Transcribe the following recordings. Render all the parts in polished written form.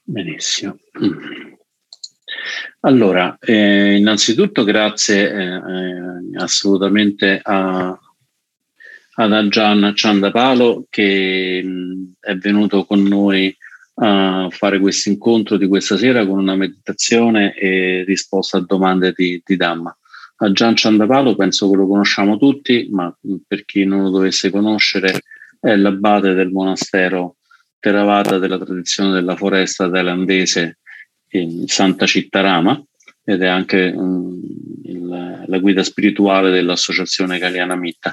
Benissimo. Allora, innanzitutto grazie assolutamente ad Ajahn Chandapalo che è venuto con noi a fare questo incontro di questa sera con una meditazione e risposta a domande di Dhamma. Ajahn Chandapalo penso che lo conosciamo tutti, ma per chi non lo dovesse conoscere è l'abate del monastero Theravada della tradizione della foresta thailandese in Santa Cittarama ed è anche la guida spirituale dell'associazione Kalyana Mitta.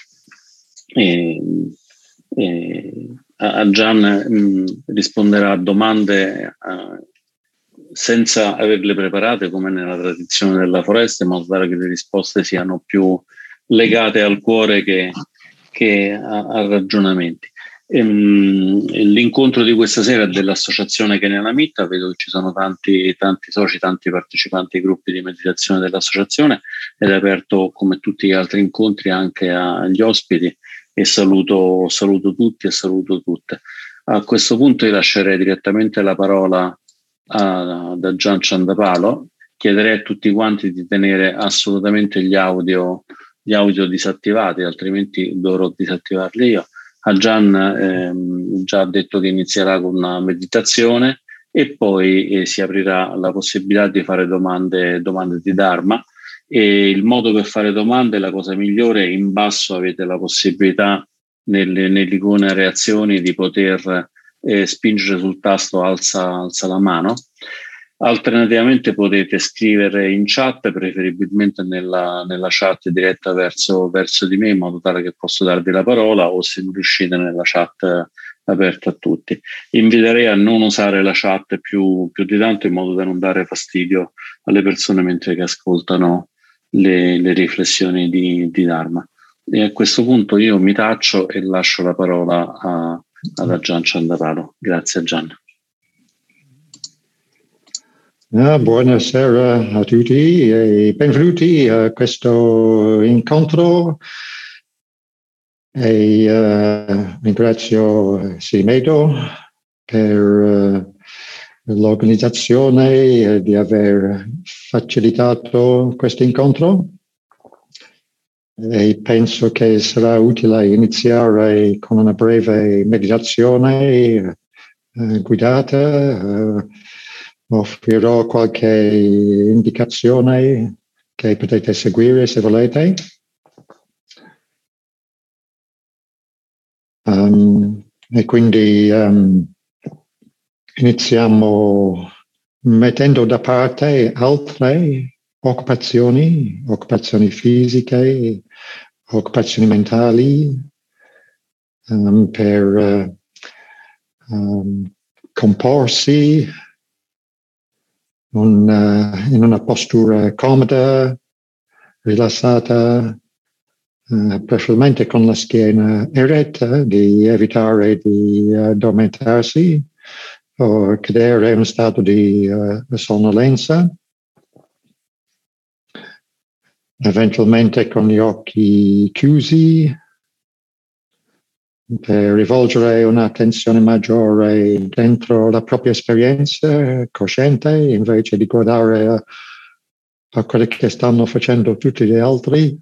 Ajahn risponderà a domande senza averle preparate come nella tradizione della foresta, in modo tale che le risposte siano più legate al cuore che a ragionamenti. L'incontro di questa sera è dell'associazione Kalyana Mitta, vedo che ci sono tanti soci, tanti partecipanti ai gruppi di meditazione dell'associazione ed è aperto come tutti gli altri incontri anche agli ospiti e saluto tutti e saluto tutte. A questo punto io lascerei direttamente la parola ad Ajahn Chandapalo. Chiederei a tutti quanti di tenere assolutamente gli audio disattivati, altrimenti dovrò disattivarli io. Ajahn già ha detto che inizierà con una meditazione e poi si aprirà la possibilità di fare domande di Dharma. E il modo per fare domande, la cosa migliore, in basso avete la possibilità nell'icona reazioni di poter spingere sul tasto alza la mano. Alternativamente potete scrivere in chat, preferibilmente nella chat diretta verso di me, in modo tale che posso darvi la parola, o se non riuscite nella chat aperta a tutti. Inviterei a non usare la chat più di tanto, in modo da non dare fastidio alle persone mentre che ascoltano le riflessioni di Dharma. E a questo punto io mi taccio e lascio la parola ad Ajahn Chandapalo. Grazie Ajahn. Buonasera a tutti e benvenuti a questo incontro e ringrazio Simedo per l'organizzazione di aver facilitato questo incontro e penso che sarà utile iniziare con una breve meditazione guidata. Offrirò qualche indicazione che potete seguire se volete. E quindi iniziamo mettendo da parte altre occupazioni fisiche, occupazioni mentali, per comporsi in una postura comoda, rilassata, preferibilmente con la schiena eretta, di evitare di addormentarsi o cadere in uno stato di sonnolenza, eventualmente con gli occhi chiusi, per rivolgere un'attenzione maggiore dentro la propria esperienza cosciente, invece di guardare a quello che stanno facendo tutti gli altri.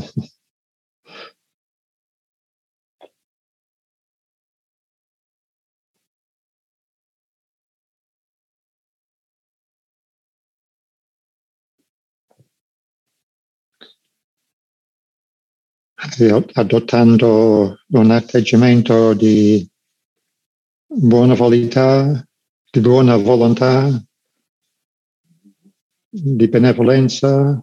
Adottando un atteggiamento di buona volontà, di benevolenza,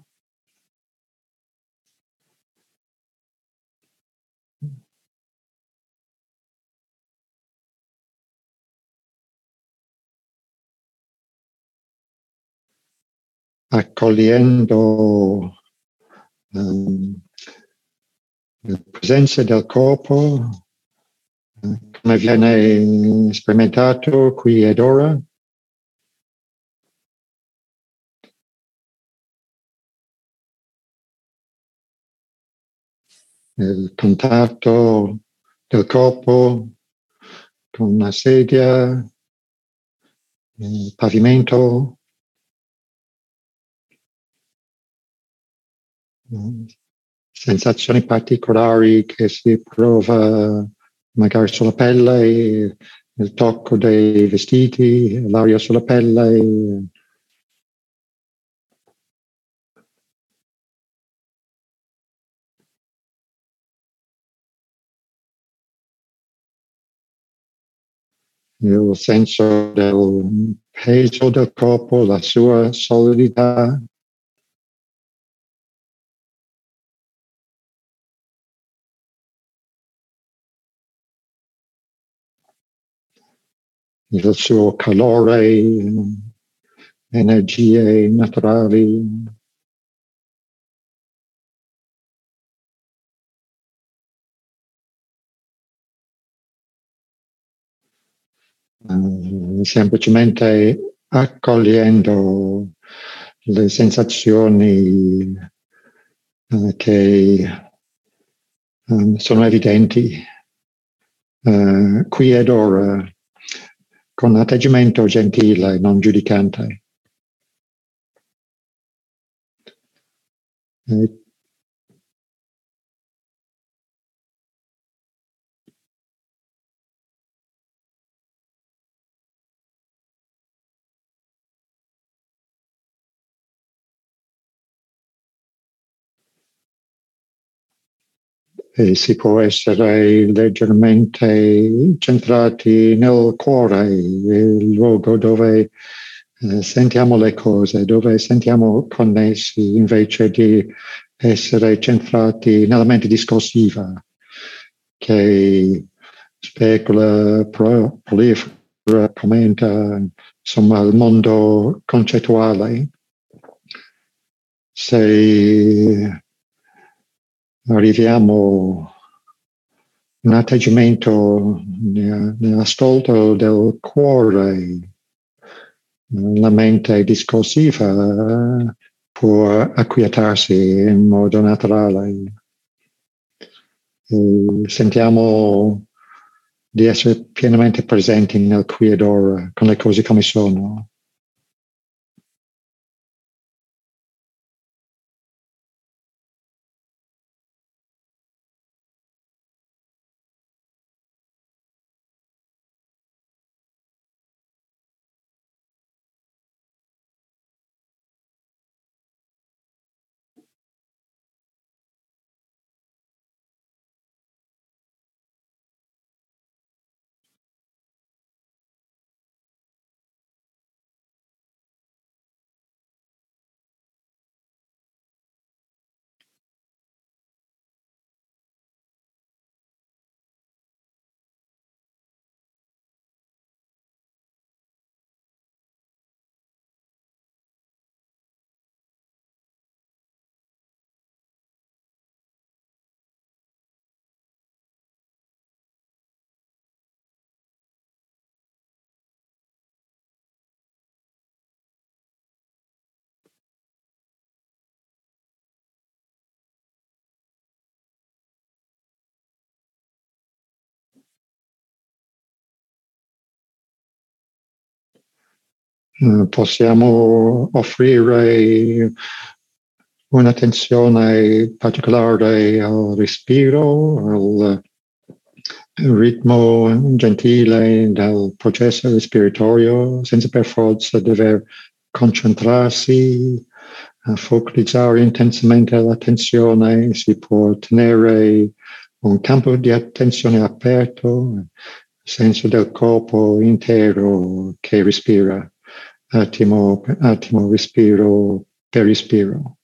accogliendo la presenza del corpo come viene sperimentato qui ed ora. Il contatto del corpo con una sedia, pavimento, sensazioni particolari che si prova magari sulla pelle, il tocco dei vestiti, l'aria sulla pelle. Il senso del peso del corpo, la sua solidità. Il suo calore, energie naturali. Semplicemente accogliendo le sensazioni che sono evidenti qui ed ora, con atteggiamento gentile, non giudicante. E si può essere leggermente centrati nel cuore, il luogo dove sentiamo le cose, dove sentiamo connessi, invece di essere centrati nella mente discorsiva che specula, prolifera, commenta, insomma, il mondo concettuale. Se arriviamo a un atteggiamento nell'ascolto del cuore, la mente discorsiva può acquietarsi in modo naturale. E sentiamo di essere pienamente presenti nel qui ed ora, con le cose come sono. Possiamo offrire un'attenzione particolare al respiro, al ritmo gentile del processo respiratorio, senza per forza dover concentrarsi, focalizzare intensamente l'attenzione. Si può tenere un campo di attenzione aperto, senso del corpo intero che respira, attimo, respiro per respiro.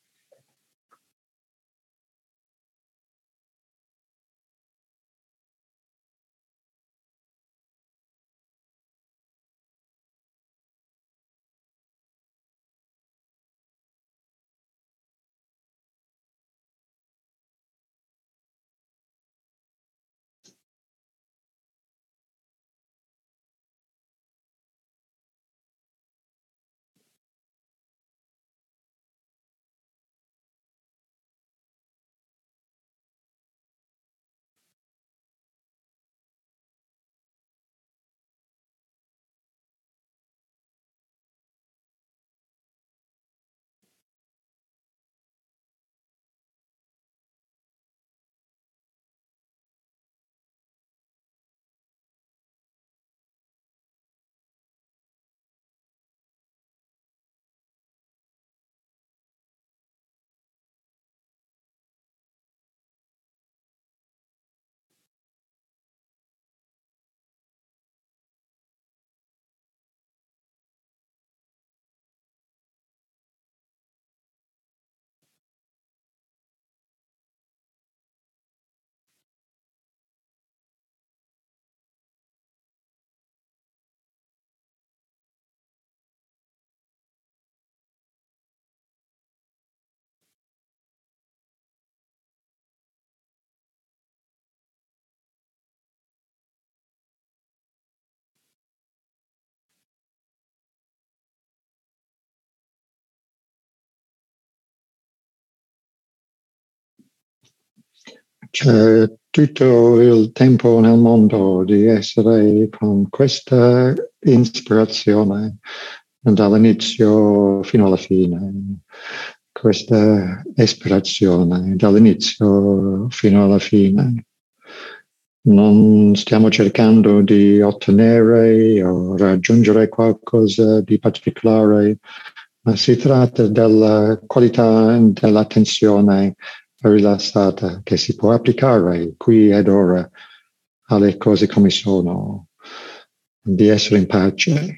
C'è tutto il tempo nel mondo di essere con questa ispirazione dall'inizio fino alla fine, questa ispirazione dall'inizio fino alla fine. Non stiamo cercando di ottenere o raggiungere qualcosa di particolare, ma si tratta della qualità dell'attenzione rilassata che si può applicare qui ed ora alle cose come sono, di essere in pace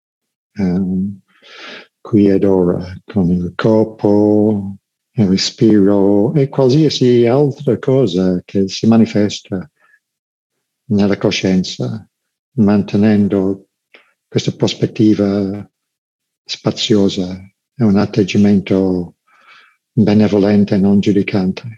qui ed ora con il corpo, il respiro e qualsiasi altra cosa che si manifesta nella coscienza, mantenendo questa prospettiva spaziosa e un atteggiamento benevolente e non giudicante.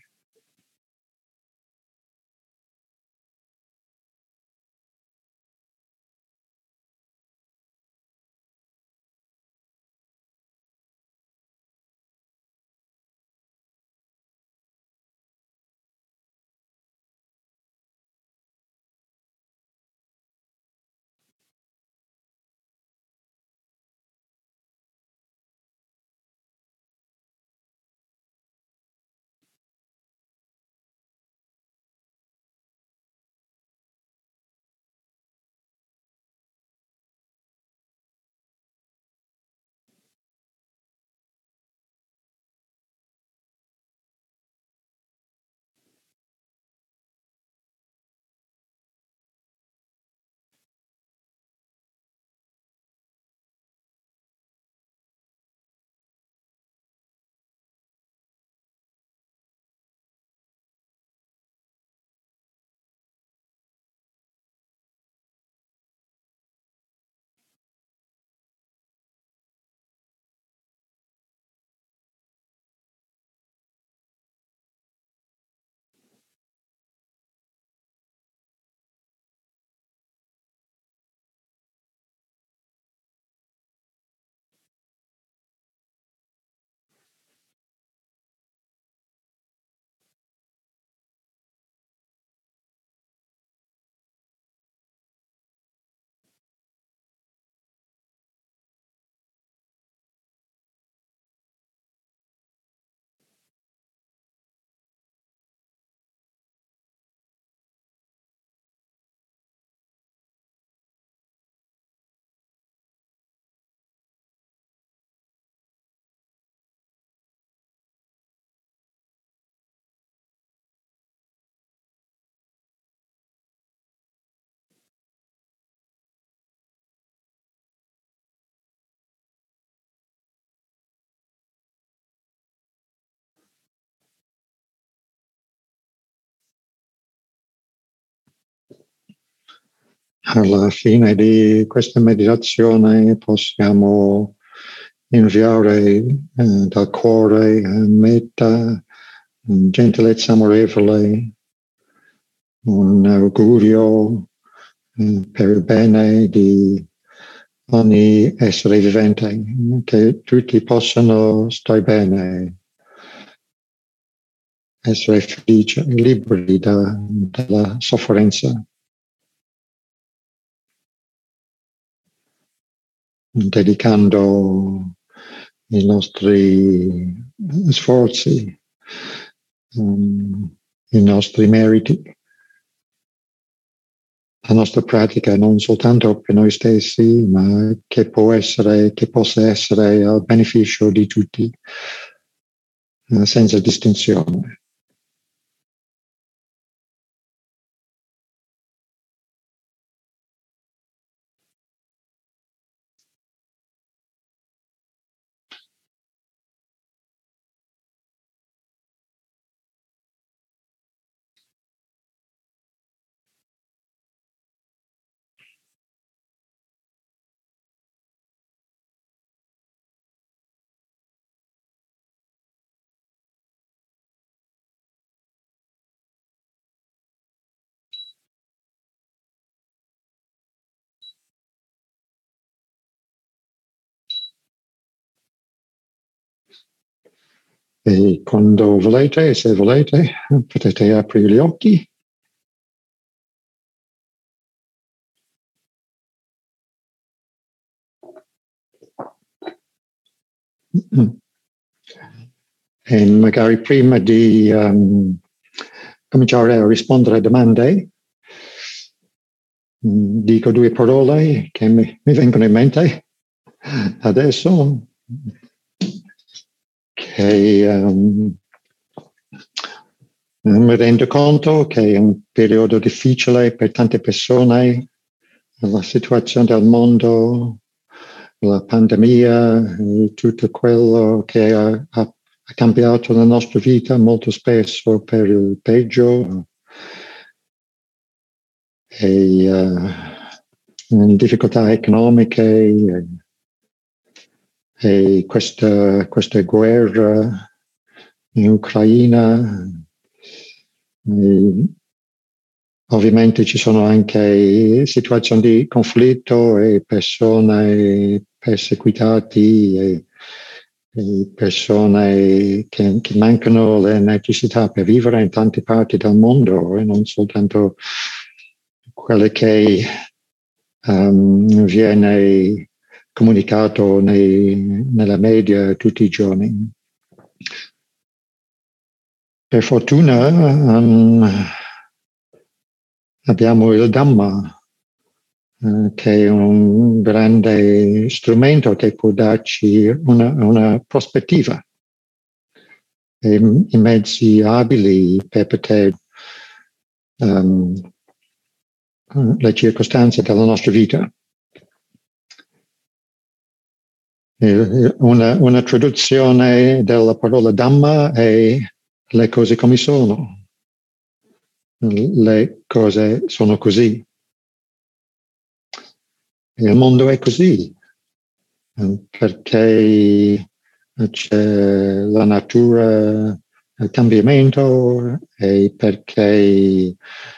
Alla fine di questa meditazione possiamo inviare dal cuore metta, gentilezza amorevole, un augurio per il bene di ogni essere vivente, che tutti possano stare bene, essere felici, liberi dalla sofferenza, dedicando i nostri sforzi, i nostri meriti, la nostra pratica non soltanto per noi stessi, ma che possa essere al beneficio di tutti, senza distinzione. E quando volete, se volete, potete aprire gli occhi. E magari prima di cominciare a rispondere a domande, dico due parole che mi vengono in mente adesso, che mi rendo conto che è un periodo difficile per tante persone, la situazione del mondo, la pandemia, e tutto quello che ha cambiato la nostra vita molto spesso per il peggio. Difficoltà economiche e questa guerra in Ucraina. Ovviamente ci sono anche situazioni di conflitto e persone perseguitate e persone che mancano le necessità per vivere in tante parti del mondo e non soltanto quelle che viene comunicato nella media tutti i giorni. Per fortuna abbiamo il Dhamma, che è un grande strumento che può darci una prospettiva e i mezzi abili per poter le circostanze della nostra vita. Una traduzione della parola Dhamma è le cose come sono. Le cose sono così. Il mondo è così, perché c'è la natura, il cambiamento e perché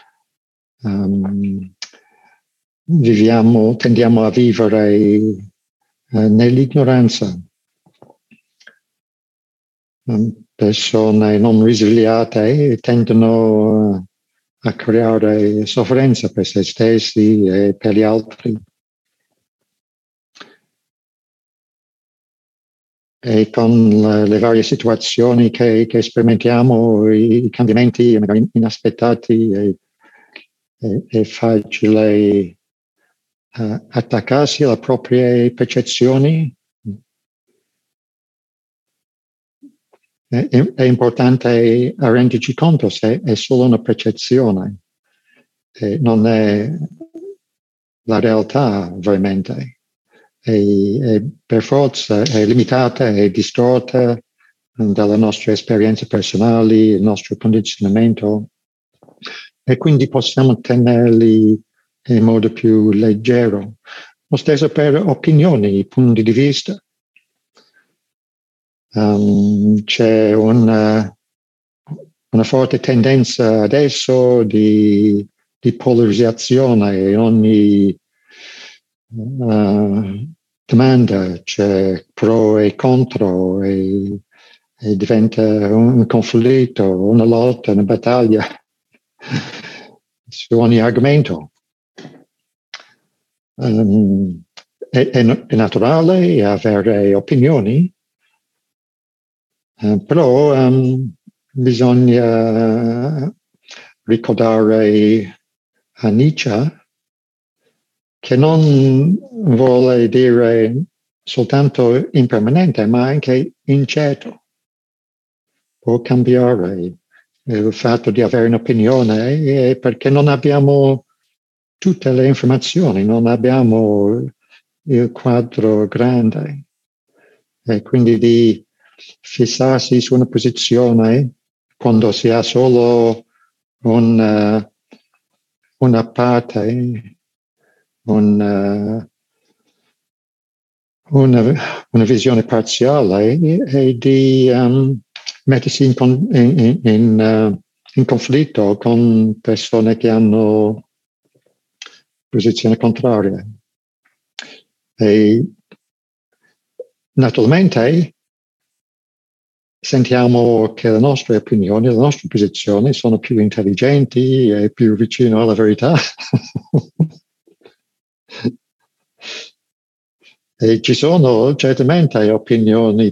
tendiamo a vivere nell'ignoranza. Persone non risvegliate tendono a creare sofferenza per se stessi e per gli altri. E con le varie situazioni che sperimentiamo, i cambiamenti magari inaspettati, è facile attaccarsi alle proprie percezioni. È importante renderci conto se è solo una percezione, non è la realtà veramente. E per forza è limitata e distorta dalle nostre esperienze personali, il nostro condizionamento, e quindi possiamo tenerli in modo più leggero. Lo stesso per opinioni, punti di vista. C'è una forte tendenza adesso di polarizzazione in ogni domanda, c'è pro e contro e diventa un conflitto, una lotta, una battaglia su ogni argomento. È naturale avere opinioni, però bisogna ricordare a Nietzsche che non vuole dire soltanto impermanente, ma anche incerto. Può cambiare. Il fatto di avere un'opinione è perché non abbiamo tutte le informazioni, non abbiamo il quadro grande. E quindi di fissarsi su una posizione quando si ha solo una parte, una visione parziale e di mettersi in conflitto con persone che hanno posizioni contrarie. E naturalmente sentiamo che le nostre opinioni, le nostre posizioni sono più intelligenti e più vicino alla verità. E ci sono certamente opinioni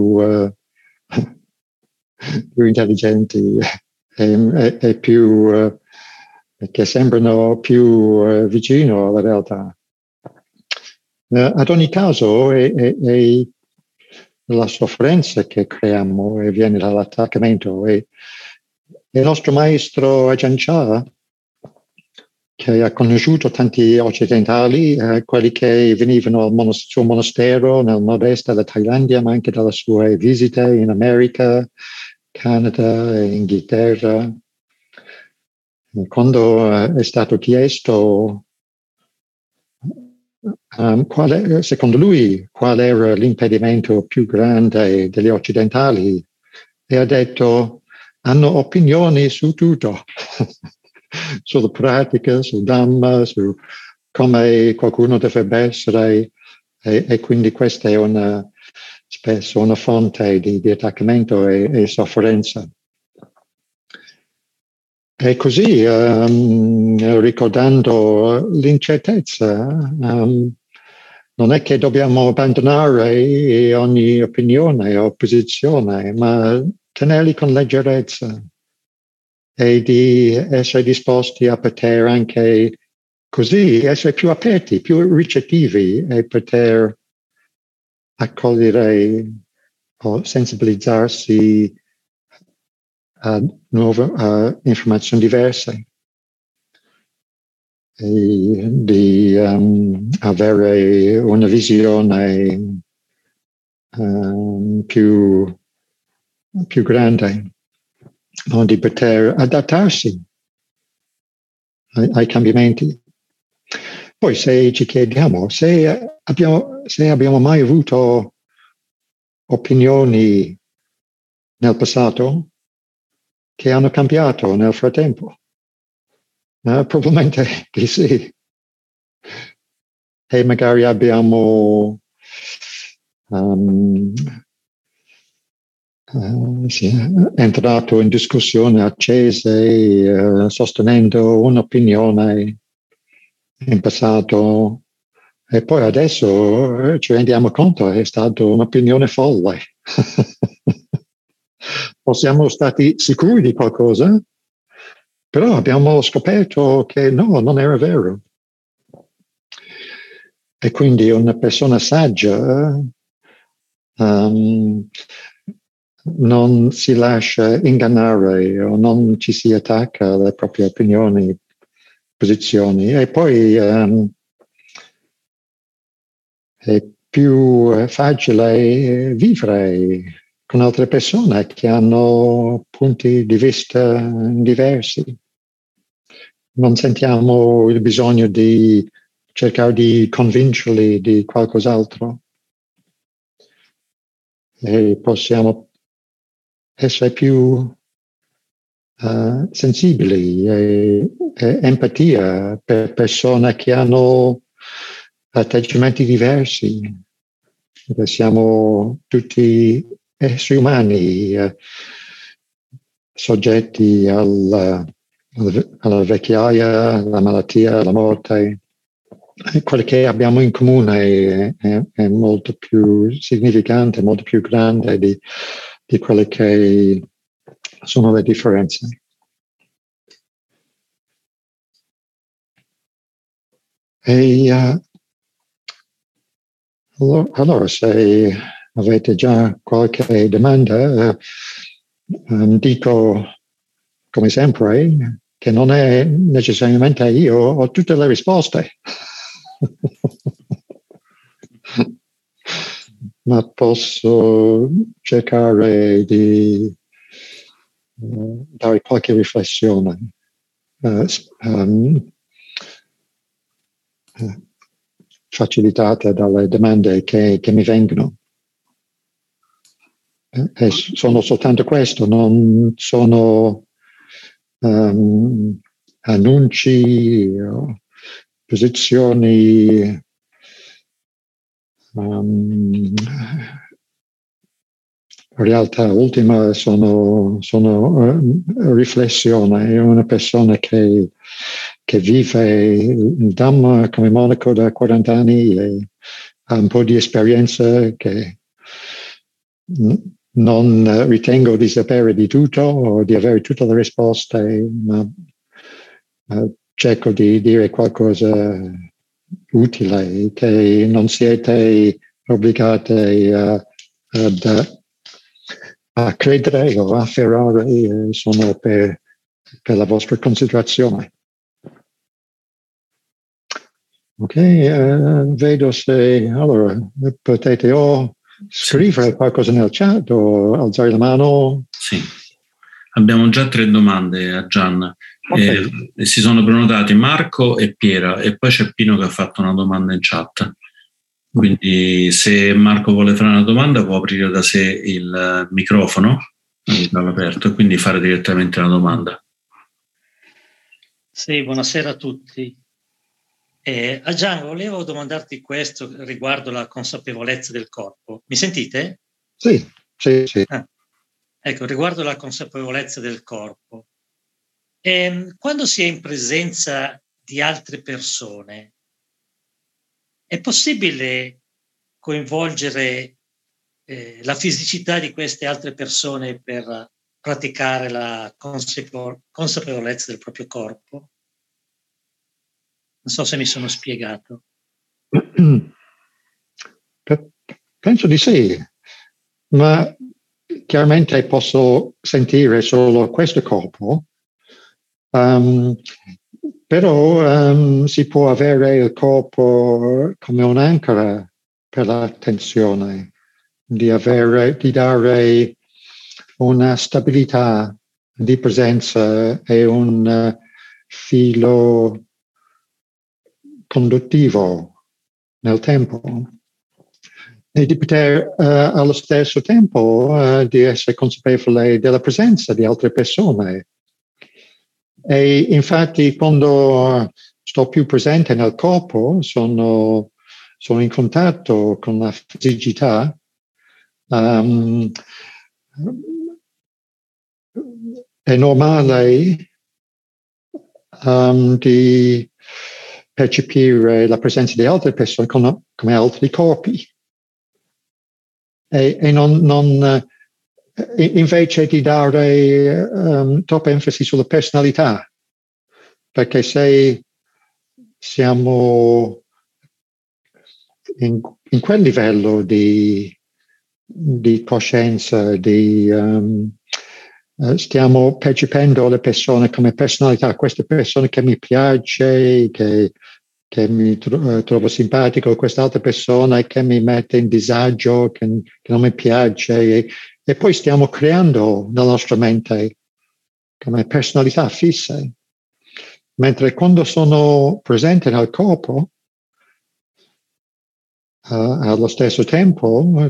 più intelligenti e più che sembrano più vicino alla realtà. Ad ogni caso è la sofferenza che creiamo e viene dall'attaccamento. E il nostro maestro Ajahn Chah, che ha conosciuto tanti occidentali, quelli che venivano al suo monastero nel nord-est della Thailandia, ma anche dalle sue visite in America, Canada e Inghilterra. Quando è stato chiesto secondo lui qual era l'impedimento più grande degli occidentali, e ha detto: hanno opinioni su tutto, sulla pratica, sul Dhamma, su come qualcuno dovrebbe essere, e quindi questa è spesso una fonte di attaccamento e sofferenza. E così, ricordando l'incertezza, non è che dobbiamo abbandonare ogni opinione o posizione, ma tenerli con leggerezza e di essere disposti a poter anche così essere più aperti, più ricettivi e poter accogliere o sensibilizzarsi a nuove informazioni diverse e di avere una visione più grande, di poter adattarsi ai cambiamenti. Poi se ci chiediamo se abbiamo mai avuto opinioni nel passato che hanno cambiato nel frattempo, probabilmente di sì. E magari abbiamo entrato in discussioni accese, sostenendo un'opinione in passato, e poi adesso ci rendiamo conto che è stata un'opinione folle. O siamo stati sicuri di qualcosa, però abbiamo scoperto che no, non era vero. E quindi una persona saggia non si lascia ingannare o non ci si attacca alle proprie opinioni, posizioni, e poi è più facile vivere con altre persone che hanno punti di vista diversi. Non sentiamo il bisogno di cercare di convincerli di qualcos'altro, e possiamo essere più sensibili e empatia per persone che hanno atteggiamenti diversi, perché siamo tutti esseri umani, soggetti alla vecchiaia, alla malattia, alla morte. E quello che abbiamo in comune è molto più significante, molto più grande di quelle che sono le differenze. E allora, se avete già qualche domanda, dico come sempre che non è necessariamente io ho tutte le risposte. Ma posso cercare di dare qualche riflessione facilitata dalle domande che mi vengono. E sono soltanto questo, non sono annunci o posizioni realtà ultima sono riflessione. È una persona che vive il Dhamma come monaco da 40 anni e ha un po' di esperienza che non ritengo di sapere di tutto o di avere tutte le risposte, ma cerco di dire qualcosa utile, che non siete obbligati a credere o afferrare, sono per la vostra considerazione. Ok, vedo se allora potete o scrivere qualcosa nel chat o alzare la mano. Sì, abbiamo già 3 domande a Gian. Okay. Si sono prenotati Marco e Piera e poi c'è Pino che ha fatto una domanda in chat. Quindi se Marco vuole fare una domanda può aprire da sé il microfono aperto e quindi fare direttamente una domanda. Sì, buonasera a tutti. Gian, volevo domandarti questo riguardo la consapevolezza del corpo. Mi sentite? Sì. Ecco, riguardo la consapevolezza del corpo. Quando si è in presenza di altre persone, è possibile coinvolgere la fisicità di queste altre persone per praticare la consapevolezza del proprio corpo? Non so se mi sono spiegato. Penso di sì, ma chiaramente posso sentire solo questo corpo, però si può avere il corpo come un'ancora per l'attenzione, di dare una stabilità di presenza e un filo conduttivo nel tempo e di poter allo stesso tempo di essere consapevole della presenza di altre persone. E infatti quando sto più presente nel corpo sono in contatto con la fisicità, è normale di percepire la presenza di altre persone come altri corpi e non invece di dare troppa enfasi sulla personalità, perché se siamo in quel livello di coscienza, stiamo percependo le persone come personalità, queste persone che mi piace, che mi trovo simpatico, quest'altra persona che mi mette in disagio, che non mi piace, e poi stiamo creando nella nostra mente come personalità fisse. Mentre quando sono presente nel corpo, allo stesso tempo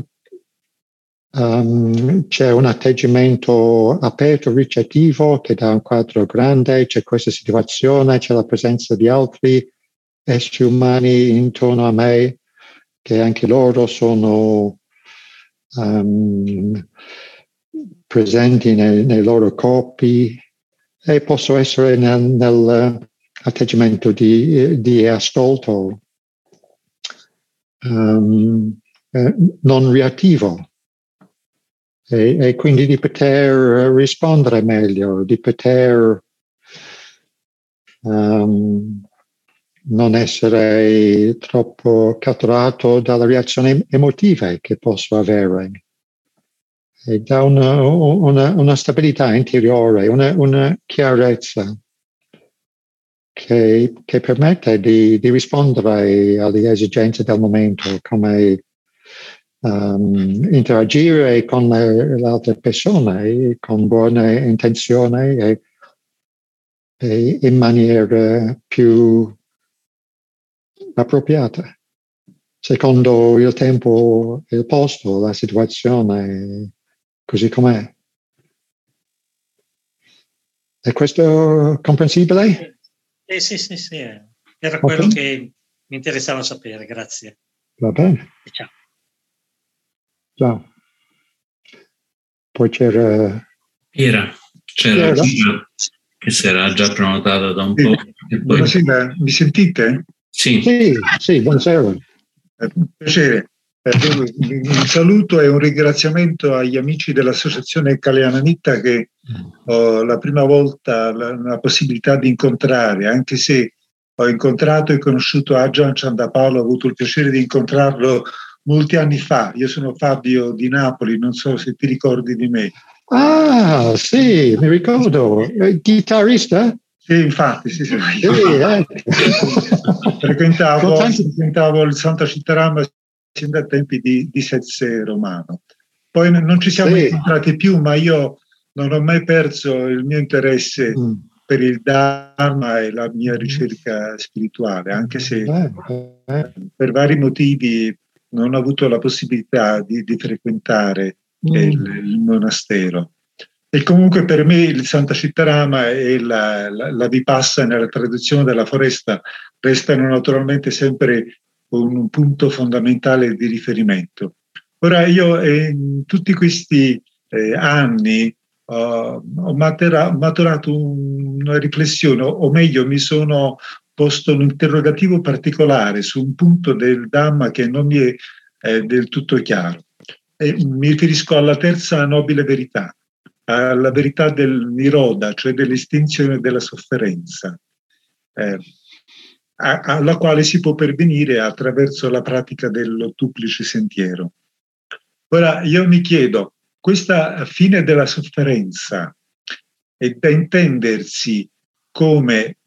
c'è un atteggiamento aperto, ricettivo, che dà un quadro grande, c'è questa situazione, c'è la presenza di altri esseri umani intorno a me, che anche loro sono presenti nei loro corpi, e posso essere nel atteggiamento di ascolto non reattivo, e quindi di poter rispondere meglio, di poter non essere troppo catturato dalle reazioni emotive che posso avere. E dà una stabilità interiore, una chiarezza che permette di rispondere alle esigenze del momento, come interagire con le altre persone con buone intenzioni e in maniera più appropriata, secondo il tempo, il posto, la situazione, così com'è. È questo comprensibile? Sì. Era quello che mi interessava sapere, grazie. Va bene. Ciao. Ciao. poi c'era Piera che si era già prenotata da un po'. E poi... Buonasera, mi sentite? Sì, buonasera. Piacere. Un saluto e un ringraziamento agli amici dell'Associazione Kalyana-Mitta che ho la prima volta la possibilità di incontrare, anche se ho incontrato e conosciuto Ajahn Chandapaula, ho avuto il piacere di incontrarlo molti anni fa. Io sono Fabio di Napoli, non so se ti ricordi di me. Ah, sì, mi ricordo. Chitarrista? Sì, infatti, sì. Frequentavo il Santa Citarama sin dai tempi di Setse Romano. Poi non ci siamo incontrati più, ma io non ho mai perso il mio interesse per il Dharma e la mia ricerca spirituale, anche se per vari motivi non ho avuto la possibilità di frequentare il monastero. E comunque per me il Santa Citarama e la Vipassana nella tradizione della foresta restano naturalmente sempre un punto fondamentale di riferimento. Ora io in tutti questi anni ho maturato una riflessione, o meglio mi sono posto un interrogativo particolare su un punto del Dhamma che non mi è del tutto chiaro. Mi riferisco alla terza nobile verità, alla verità del Niroda, cioè dell'estinzione della sofferenza, alla quale si può pervenire attraverso la pratica dell'ottuplice sentiero. Ora io mi chiedo, questa fine della sofferenza è da intendersi come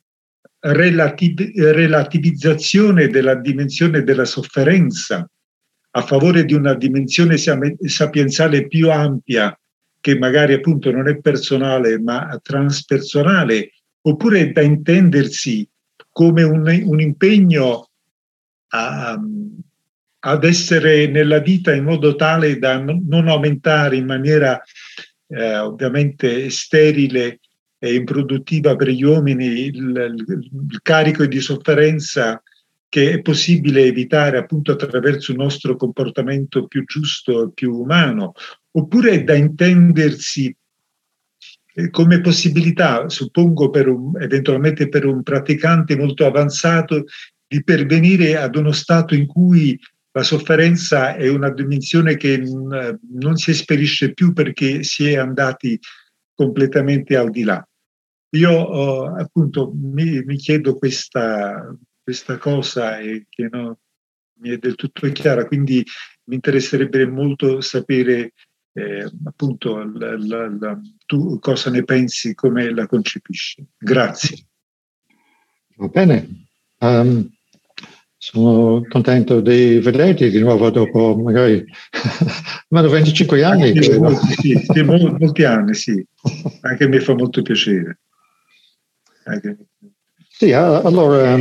relativizzazione della dimensione della sofferenza a favore di una dimensione sapienziale più ampia che magari appunto non è personale ma transpersonale, oppure è da intendersi come un impegno ad essere nella vita in modo tale da non aumentare in maniera ovviamente sterile e improduttiva per gli uomini il carico di sofferenza che è possibile evitare appunto attraverso il nostro comportamento più giusto e più umano, oppure è da intendersi come possibilità, suppongo eventualmente per un praticante molto avanzato, di pervenire ad uno stato in cui la sofferenza è una dimensione che non si esperisce più perché si è andati completamente al di là. Io appunto mi chiedo questa cosa e che non mi è del tutto chiara, quindi mi interesserebbe molto sapere appunto tu cosa ne pensi, come la concepisci. Grazie. Va bene. Sono contento di vederti di nuovo dopo magari 25 anni. Molti anni, sì. Anche a me fa molto piacere. Sì, allora,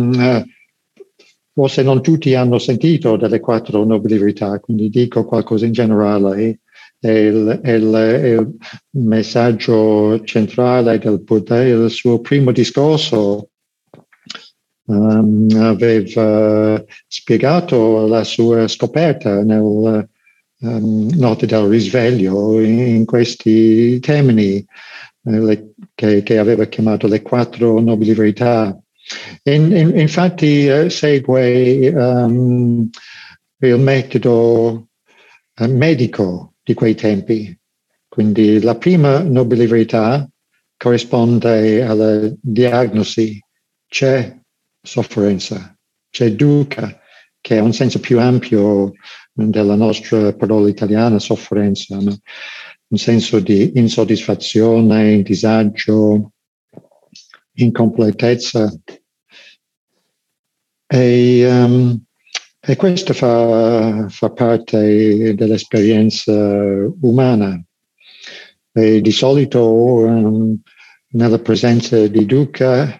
forse non tutti hanno sentito delle 4 nobili verità, quindi dico qualcosa in generale. Il messaggio centrale del Buddha, il suo primo discorso, aveva spiegato la sua scoperta nel notte del risveglio in questi termini che aveva chiamato le 4 nobili verità. Infatti segue il metodo medico di quei tempi. Quindi la prima nobile verità corrisponde alla diagnosi: c'è sofferenza, c'è dukkha, che è un senso più ampio della nostra parola italiana sofferenza, no? Un senso di insoddisfazione, disagio, incompletezza. E questo fa parte dell'esperienza umana. E di solito nella presenza di dukkha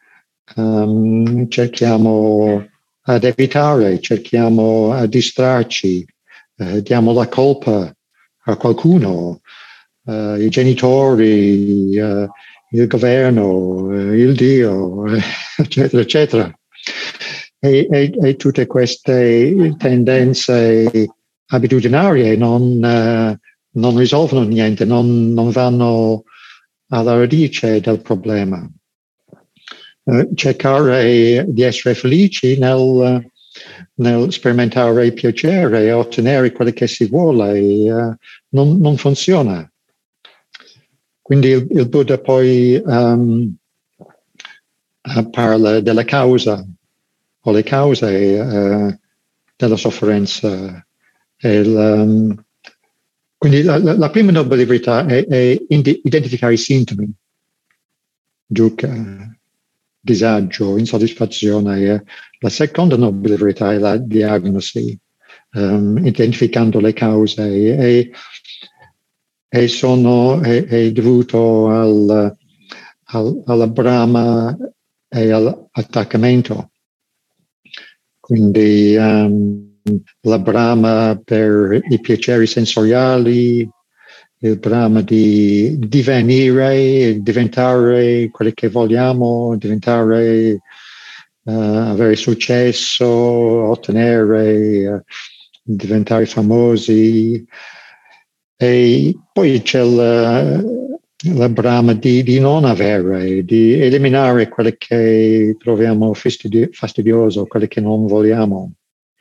cerchiamo ad evitare, cerchiamo a distrarci, diamo la colpa a qualcuno, i genitori, il governo, il Dio, eccetera, eccetera. E tutte queste tendenze abitudinarie non non risolvono niente, non vanno alla radice del problema. Cercare di essere felici nel sperimentare il piacere e ottenere quello che si vuole, non funziona. Quindi il Buddha poi parla della causa o le cause della sofferenza. Quindi la prima nobile verità è identificare i sintomi, dukkha, disagio, insoddisfazione. La seconda nobile verità è la diagnosi, identificando le cause e è dovuto alla brama e all'attaccamento. Quindi la brama per i piaceri sensoriali, il brama di diventare quelli che vogliamo, avere successo, ottenere, diventare famosi. E poi c'è la brama di non avere, di eliminare quello che troviamo fastidioso, quello che non vogliamo.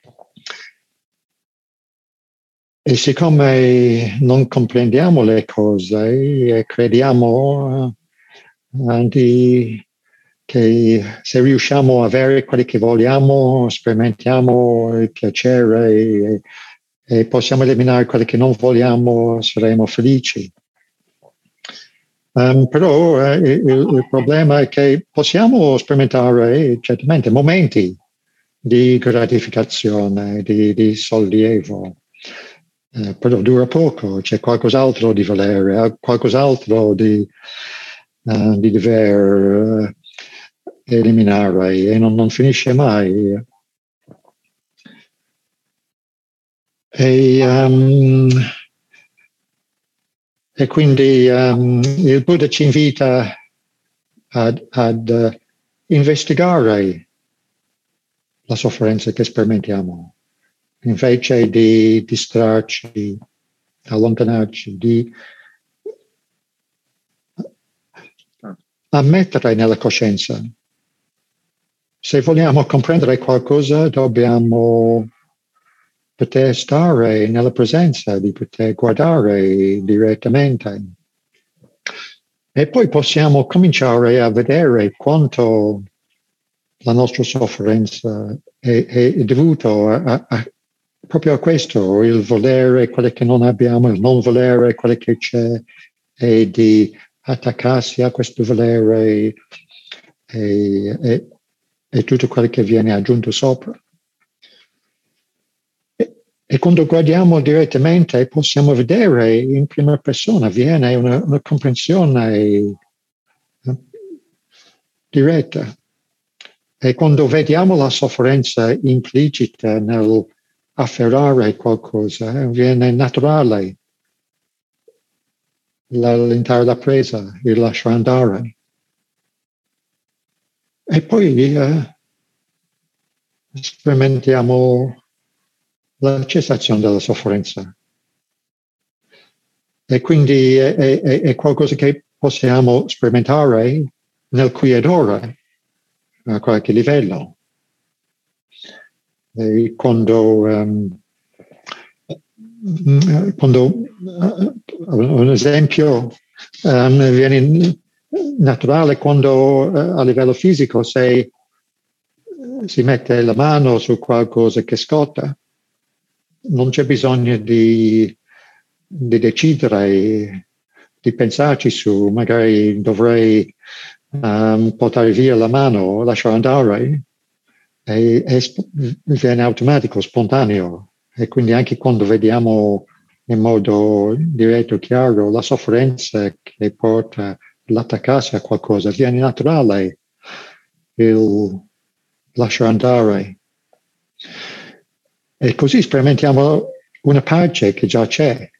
E siccome non comprendiamo le cose e crediamo che se riusciamo a avere quello che vogliamo, sperimentiamo il piacere e possiamo eliminare quello che non vogliamo, saremo felici. Però il problema è che possiamo sperimentare certamente momenti di gratificazione, di sollievo. Però dura poco, c'è qualcos'altro di volere, qualcos'altro di dover eliminare e non finisce mai. E quindi il Buddha ci invita ad investigare la sofferenza che sperimentiamo. Invece di distrarci, allontanarci, di ammettere nella coscienza. Se vogliamo comprendere qualcosa, dobbiamo poter stare nella presenza, di poter guardare direttamente. E poi possiamo cominciare a vedere quanto la nostra sofferenza è dovuta proprio a questo, il volere quello che non abbiamo, il non volere quello che c'è, e di attaccarsi a questo volere e tutto quello che viene aggiunto sopra. E quando guardiamo direttamente possiamo vedere in prima persona, viene una comprensione diretta. E quando vediamo la sofferenza implicita nel afferrare qualcosa, viene naturale l'intera la presa, il lasciare andare. E poi sperimentiamo la cessazione della sofferenza. E quindi è qualcosa che possiamo sperimentare nel qui ed ora, a qualche livello. E quando un esempio viene naturale quando a livello fisico se si mette la mano su qualcosa che scotta, non c'è bisogno di decidere, di pensarci su, magari dovrei portare via la mano, lasciare andare, e viene automatico, spontaneo. E quindi anche quando vediamo in modo diretto, chiaro, la sofferenza che porta l'attaccarsi a qualcosa, viene naturale il lasciare andare. E così sperimentiamo una pace che già c'è.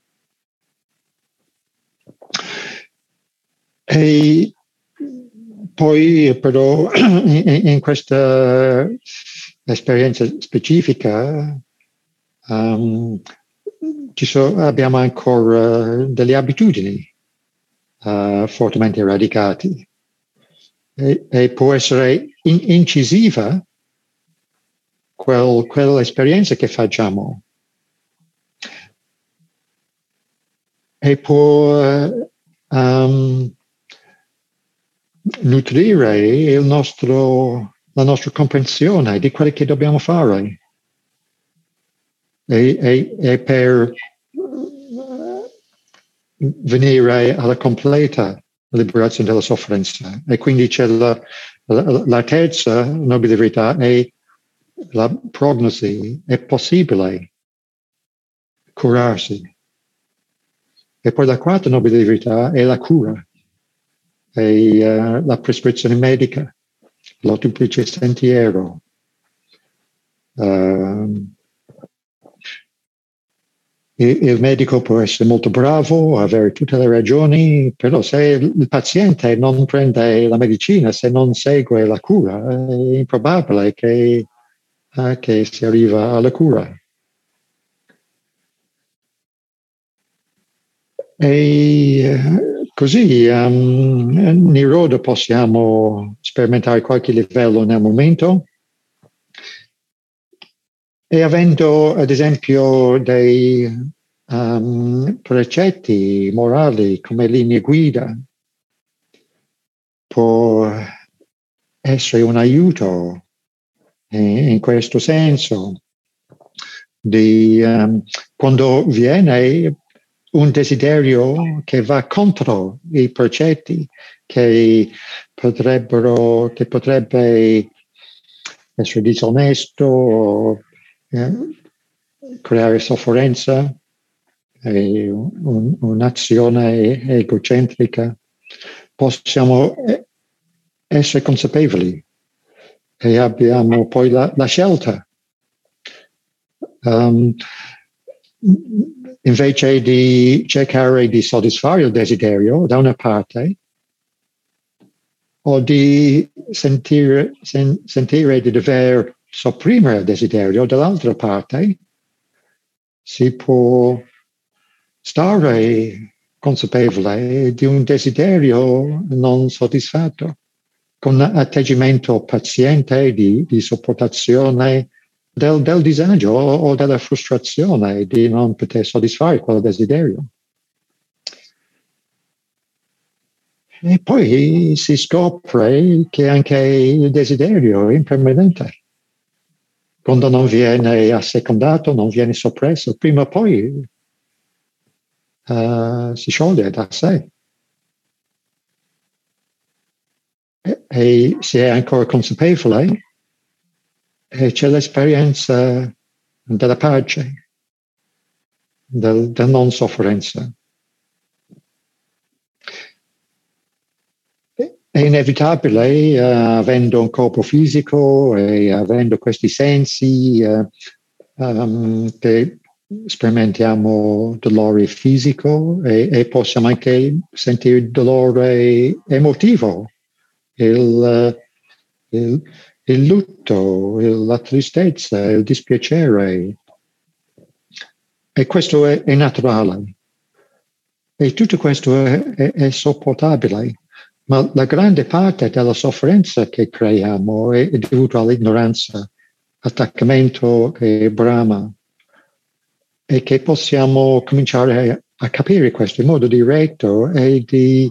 E poi però in questa esperienza specifica abbiamo ancora delle abitudini fortemente radicate e può essere incisiva quell'esperienza che facciamo e può nutrire la nostra comprensione di quello che dobbiamo fare e per venire alla completa liberazione dalla sofferenza. E quindi c'è la terza nobile verità è la prognosi. È possibile curarsi. E poi la quarta nobile verità è la cura, è la prescrizione medica, l'ottuplice sentiero. Il medico può essere molto bravo, avere tutte le ragioni, però se il paziente non prende la medicina, se non segue la cura, è improbabile che si arriva alla cura. E così Niroda possiamo sperimentare qualche livello nel momento e avendo ad esempio dei precetti morali come linee guida può essere un aiuto in questo senso quando viene un desiderio che va contro i precetti che potrebbe essere disonesto, creare sofferenza, un'azione egocentrica. Possiamo essere consapevoli e abbiamo poi la scelta. Invece di cercare di soddisfare il desiderio da una parte o di sentire di dover sopprimere il desiderio dall'altra parte, si può stare consapevole di un desiderio non soddisfatto, con un atteggiamento paziente di sopportazione del disagio o della frustrazione di non poter soddisfare quel desiderio. E poi si scopre che anche il desiderio è impermanente. Quando non viene assecondato, non viene soppresso, prima o poi si scioglie da sé. E si è ancora consapevole e c'è l'esperienza della pace, del non sofferenza. È inevitabile, avendo un corpo fisico e avendo questi sensi, che sperimentiamo dolore fisico e possiamo anche sentire dolore emotivo, il lutto, la tristezza, il dispiacere. E questo è naturale. E tutto questo è sopportabile. Ma la grande parte della sofferenza che creiamo è dovuta all'ignoranza, attaccamento e brama, e che possiamo cominciare a capire questo in modo diretto e di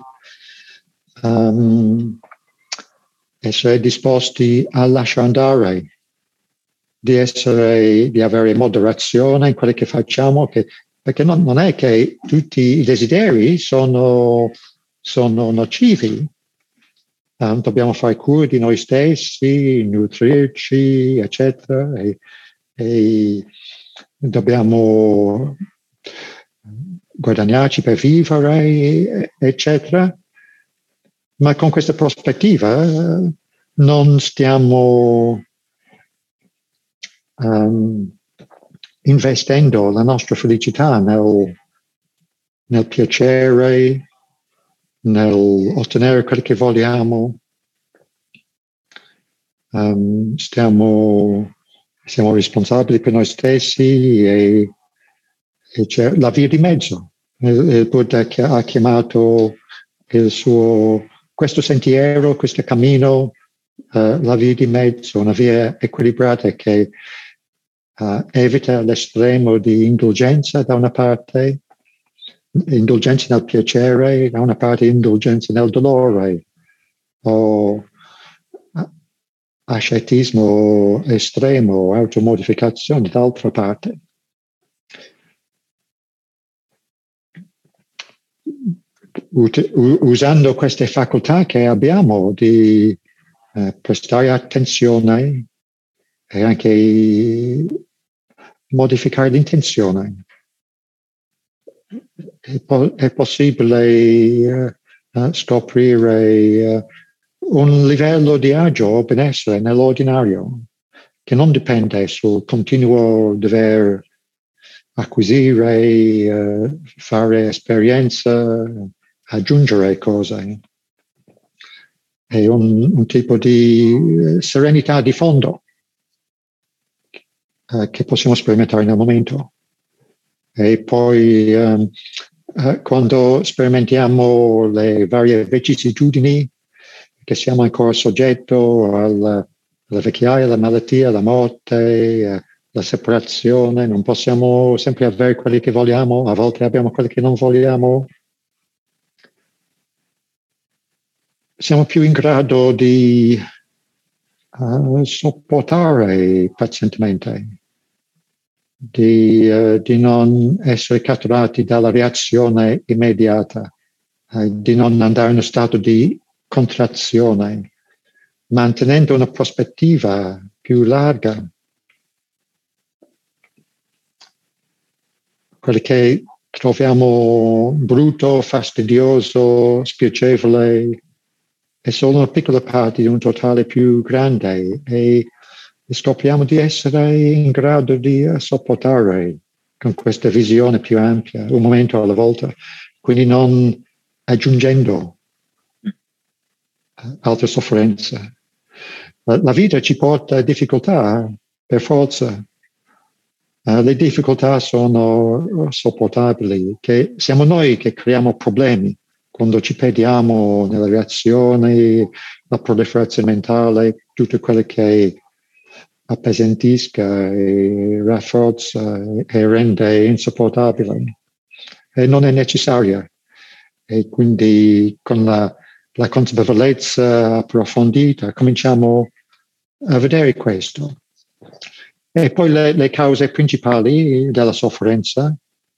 essere disposti a lasciare andare, di avere moderazione in quello che facciamo, perché non è che tutti i desideri sono nocivi. Dobbiamo fare cura di noi stessi, nutrirci, eccetera, e dobbiamo guadagnarci per vivere, eccetera. Ma con questa prospettiva non stiamo investendo la nostra felicità nel piacere, nell'ottenere quello che vogliamo. Siamo responsabili per noi stessi e e c'è la via di mezzo. Il Buddha ha chiamato questo sentiero, questo cammino, la via di mezzo, una via equilibrata che evita l'estremo di indulgenza da una parte, indulgenza nel piacere, da una parte indulgenza nel dolore, o ascetismo estremo, automodificazione d'altra parte. Usando queste facoltà che abbiamo di prestare attenzione e anche modificare l'intenzione. È possibile scoprire un livello di agio o benessere nell'ordinario che non dipende sul continuo dover acquisire, fare esperienze, aggiungere cose. È un tipo di serenità di fondo che possiamo sperimentare nel momento. E poi quando sperimentiamo le varie vicissitudini, che siamo ancora soggetto alla vecchiaia, alla malattia, alla morte, la separazione, non possiamo sempre avere quelli che vogliamo, a volte abbiamo quelli che non vogliamo. Siamo più in grado di sopportare pazientemente, di non essere catturati dalla reazione immediata, di non andare in uno stato di contrazione, mantenendo una prospettiva più larga. Quello che troviamo brutto, fastidioso, spiacevole, è solo una piccola parte di un totale più grande e scopriamo di essere in grado di sopportare con questa visione più ampia, un momento alla volta, quindi non aggiungendo altre sofferenze. La vita ci porta a difficoltà, per forza. Le difficoltà sono sopportabili, che siamo noi che creiamo problemi quando ci perdiamo nelle reazioni, la proliferazione mentale, tutto quello che appesantisca e rafforza e rende insopportabile. E non è necessaria. E quindi con la consapevolezza approfondita cominciamo a vedere questo. E poi le cause principali della sofferenza,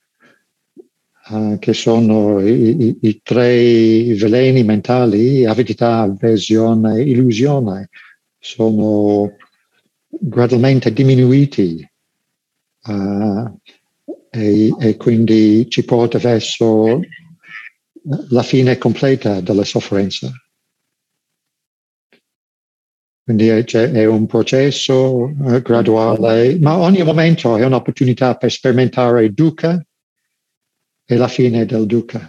che sono i tre veleni mentali, avidità, avversione, illusione, sono gradualmente diminuiti e quindi ci porta verso la fine completa della sofferenza. Quindi è un processo graduale, ma ogni momento è un'opportunità per sperimentare dukkha e la fine del dukkha.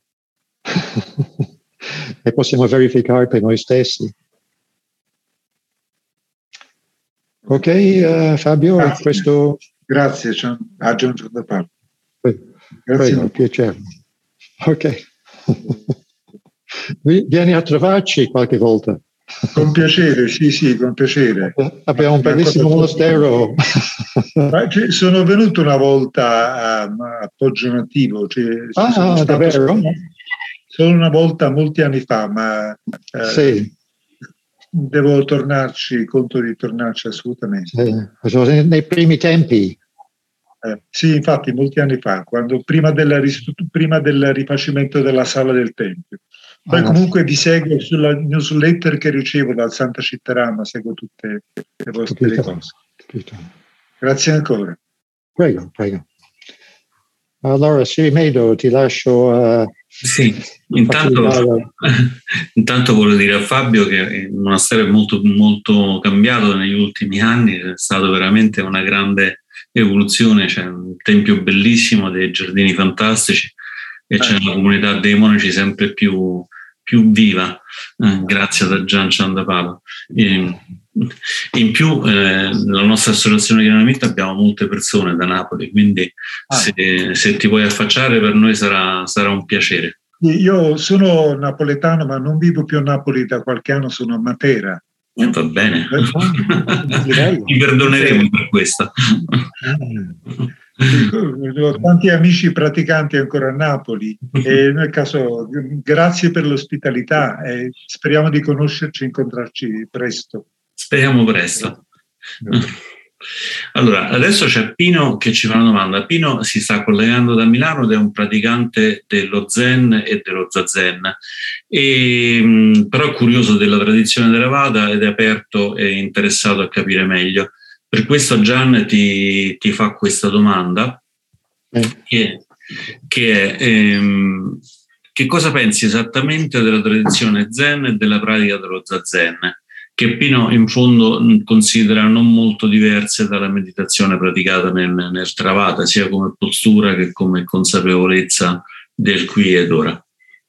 E possiamo verificare per noi stessi. Ok, Fabio, grazie. Questo... Grazie, aggiungo da parte. Grazie. Prego, piacere. Ok. Vieni a trovarci qualche volta. Con piacere, sì, con piacere. Abbiamo un bellissimo monastero. Sono venuto una volta a Poggio Nativo. Davvero? Solo una volta, molti anni fa, ma sì. Devo tornarci, conto di tornarci assolutamente. Sì. Nei primi tempi. Sì, infatti, molti anni fa, prima del rifacimento della sala del Tempio. Poi comunque vi seguo sulla newsletter che ricevo dal Santa Cittadina, seguo tutte le vostre cose. Grazie ancora. Prego. Allora, Sirimedo, ti lascio... Sì, intanto voglio dire a Fabio che il monastero è molto, molto cambiato negli ultimi anni, è stata veramente una grande evoluzione, c'è un tempio bellissimo, dei giardini fantastici e c'è una comunità dei monaci sempre più viva, grazie a Gian Chandapalo. In più, nella nostra associazione Granamita abbiamo molte persone da Napoli, quindi se ti vuoi affacciare per noi sarà un piacere. Io sono napoletano, ma non vivo più a Napoli da qualche anno, sono a Matera. Va bene, ti perdoneremo per questo. Ho tanti amici praticanti ancora a Napoli e nel caso grazie per l'ospitalità e speriamo di conoscerci e incontrarci presto. Speriamo presto. Allora, adesso c'è Pino che ci fa una domanda. Pino si sta collegando da Milano ed è un praticante dello Zen e dello Zazen, però è curioso della tradizione Theravada ed è aperto e interessato a capire meglio. Per questo Gian ti fa questa domanda, che è che cosa pensi esattamente della tradizione Zen e della pratica dello Zazen, che Pino in fondo considera non molto diverse dalla meditazione praticata nel Theravada, sia come postura che come consapevolezza del qui ed ora.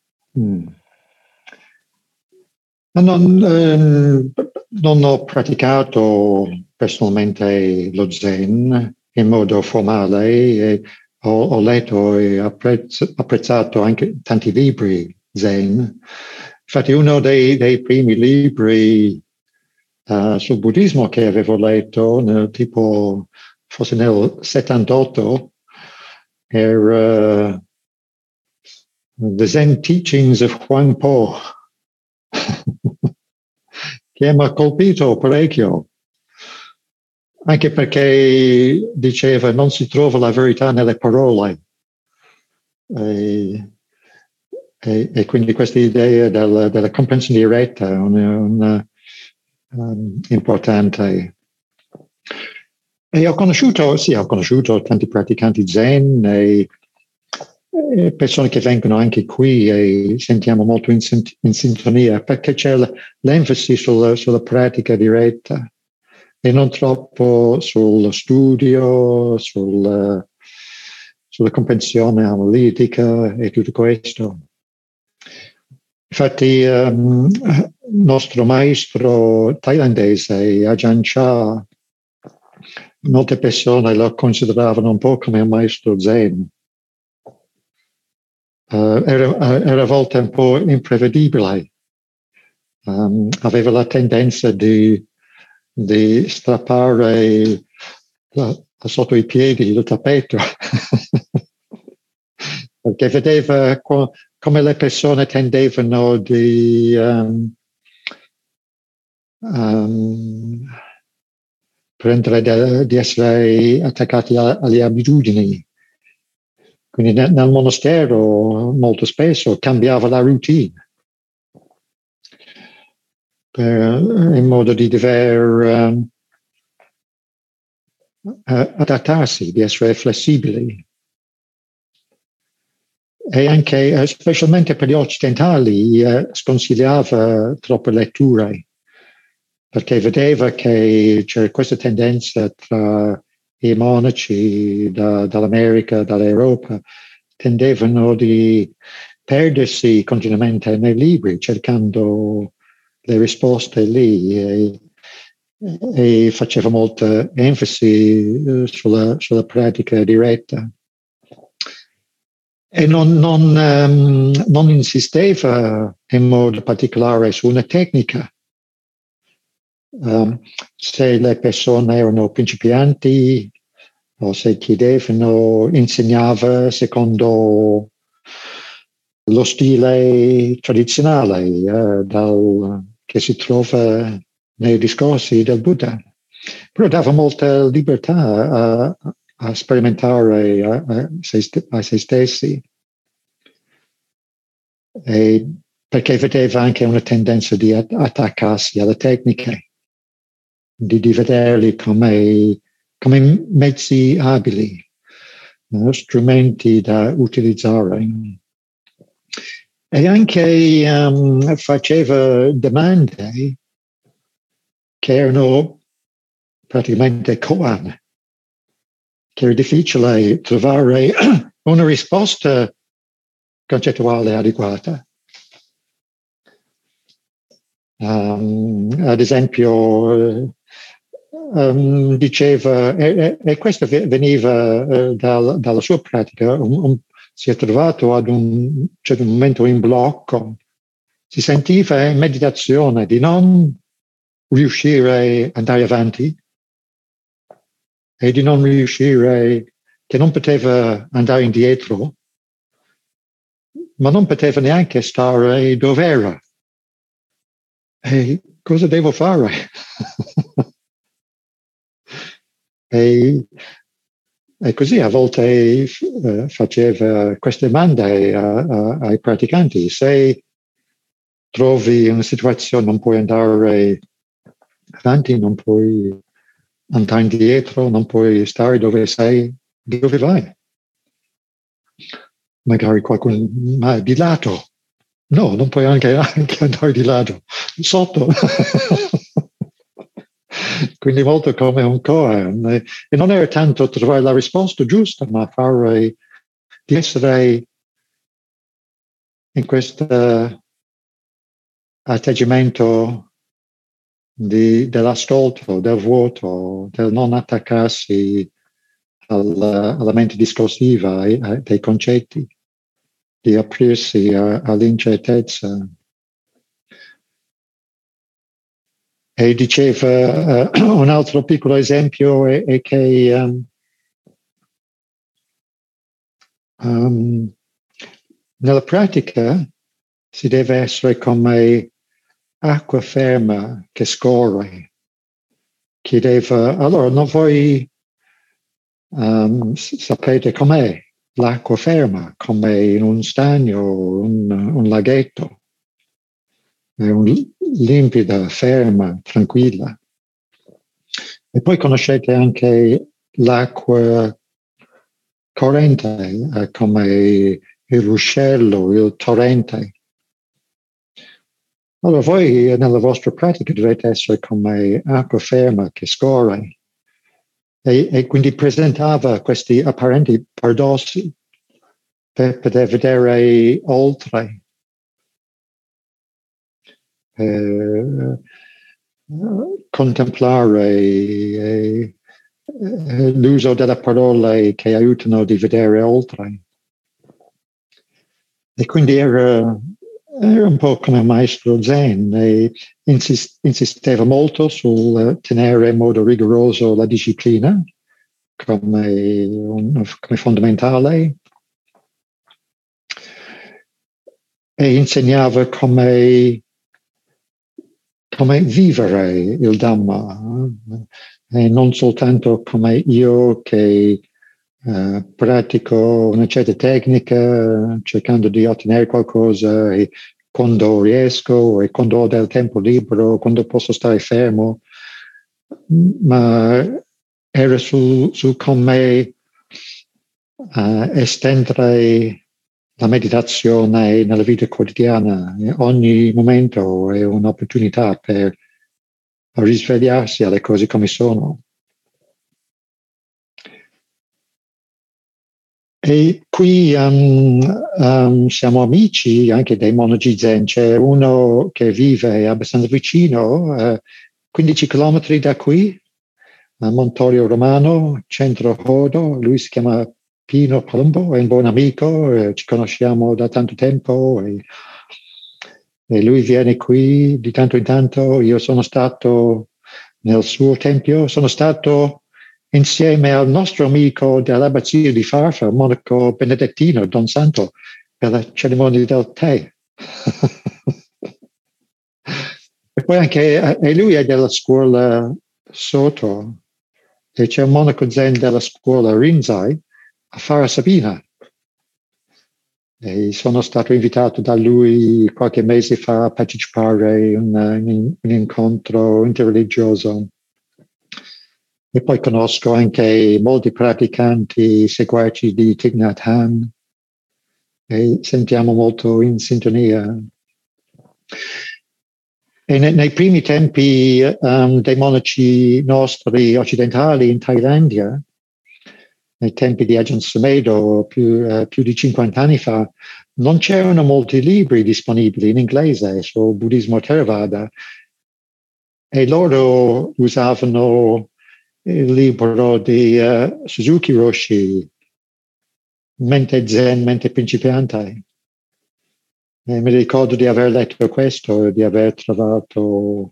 Non ho praticato personalmente lo Zen in modo formale e ho letto e apprezzato anche tanti libri Zen. Infatti uno dei primi libri sul buddismo che avevo letto, forse nel 78, era The Zen Teachings of Huang Po, che mi ha colpito parecchio, anche perché diceva non si trova la verità nelle parole. E quindi questa idea della comprensione diretta è importante. E ho conosciuto tanti praticanti Zen e persone che vengono anche qui e sentiamo molto in sintonia, perché c'è l'enfasi sulla pratica diretta e non troppo sullo studio, sulla comprensione analitica e tutto questo. Infatti il nostro maestro thailandese, Ajahn Chah, molte persone lo consideravano un po' come un maestro Zen. Era a volte un po' imprevedibile. Aveva la tendenza di strappare sotto i piedi il tappeto perché vedeva come le persone tendevano di essere attaccati alle abitudini. Quindi nel monastero molto spesso cambiava la routine in modo di dover adattarsi, di essere flessibili. E anche, specialmente per gli occidentali, sconsigliava troppe letture, perché vedeva che c'era questa tendenza tra i monaci dall'America, dall'Europa, tendevano di perdersi continuamente nei libri, cercando le risposte lì e faceva molta enfasi sulla pratica diretta. E non insisteva in modo particolare su una tecnica. Se le persone erano principianti o se chiedevano, insegnava secondo lo stile tradizionale che si trova nei discorsi del Buddha. Però dava molta libertà a sperimentare a se stessi, perché vedeva anche una tendenza di attaccarsi alle tecniche, di vederli come mezzi abili, strumenti da utilizzare. E anche faceva domande che erano praticamente koan, che era difficile trovare una risposta concettuale adeguata. Ad esempio, diceva, e questo veniva dalla sua pratica, si è trovato ad un certo momento in blocco, si sentiva in meditazione di non riuscire ad andare avanti e di non riuscire, che non poteva andare indietro, ma non poteva neanche stare dove era. E cosa devo fare? e così a volte faceva queste domande ai praticanti. Se trovi una situazione, non puoi andare avanti, non puoi andare indietro, non puoi stare dove sei, dove vai? Magari qualcuno, ma di lato. No, non puoi anche andare di lato, sotto. Quindi molto come un koan. E non era tanto trovare la risposta giusta, ma fare di essere in questo atteggiamento dell'ascolto, del vuoto, del non attaccarsi alla mente discorsiva, dei concetti, di aprirsi all'incertezza. E diceva, un altro piccolo esempio è che nella pratica si deve essere come acqua ferma che scorre, che deve... Allora, non voi sapete com'è l'acqua ferma, come in un stagno, un laghetto. È limpida, ferma, tranquilla. E poi conoscete anche l'acqua corrente, come il ruscello, il torrente. Allora voi nella vostra pratica dovete essere come acqua ferma che scorre. E quindi presentava questi apparenti paradossi per poter vedere oltre. Contemplare l'uso delle parole che aiutano a vedere oltre. E quindi era un po' come un maestro Zen e insisteva molto sul tenere in modo rigoroso la disciplina come fondamentale e insegnava come vivere il Dhamma, e non soltanto come io che pratico una certa tecnica cercando di ottenere qualcosa e quando riesco e quando ho del tempo libero, quando posso stare fermo, ma era su come estendere la meditazione nella vita quotidiana. Ogni momento è un'opportunità per risvegliarsi alle cose come sono. E qui siamo amici anche dei monaci Zen. C'è uno che vive abbastanza vicino, 15 chilometri da qui, a Montorio Romano, centro Hodo. Lui si chiama Pino Palumbo, è un buon amico, ci conosciamo da tanto tempo e lui viene qui di tanto in tanto. Io sono stato nel suo tempio, sono stato insieme al nostro amico dell'abbazia di Farfa, il monaco benedettino, Don Santo, per la cerimonia del tè. E poi anche e lui è della scuola Soto, e c'è un monaco Zen della scuola Rinzai a Fara Sabina. E sono stato invitato da lui qualche mese fa a partecipare a un incontro interreligioso. E poi conosco anche molti praticanti seguaci di Thich Nhat Hanh e sentiamo molto in sintonia. E nei primi tempi dei monaci nostri occidentali in Thailandia, nei tempi di Ajahn Sumedho, più di 50 anni fa, non c'erano molti libri disponibili in inglese sul buddismo Theravada, e loro usavano il libro di Suzuki Roshi, Mente Zen, Mente Principiante. E mi ricordo di aver letto questo e di aver trovato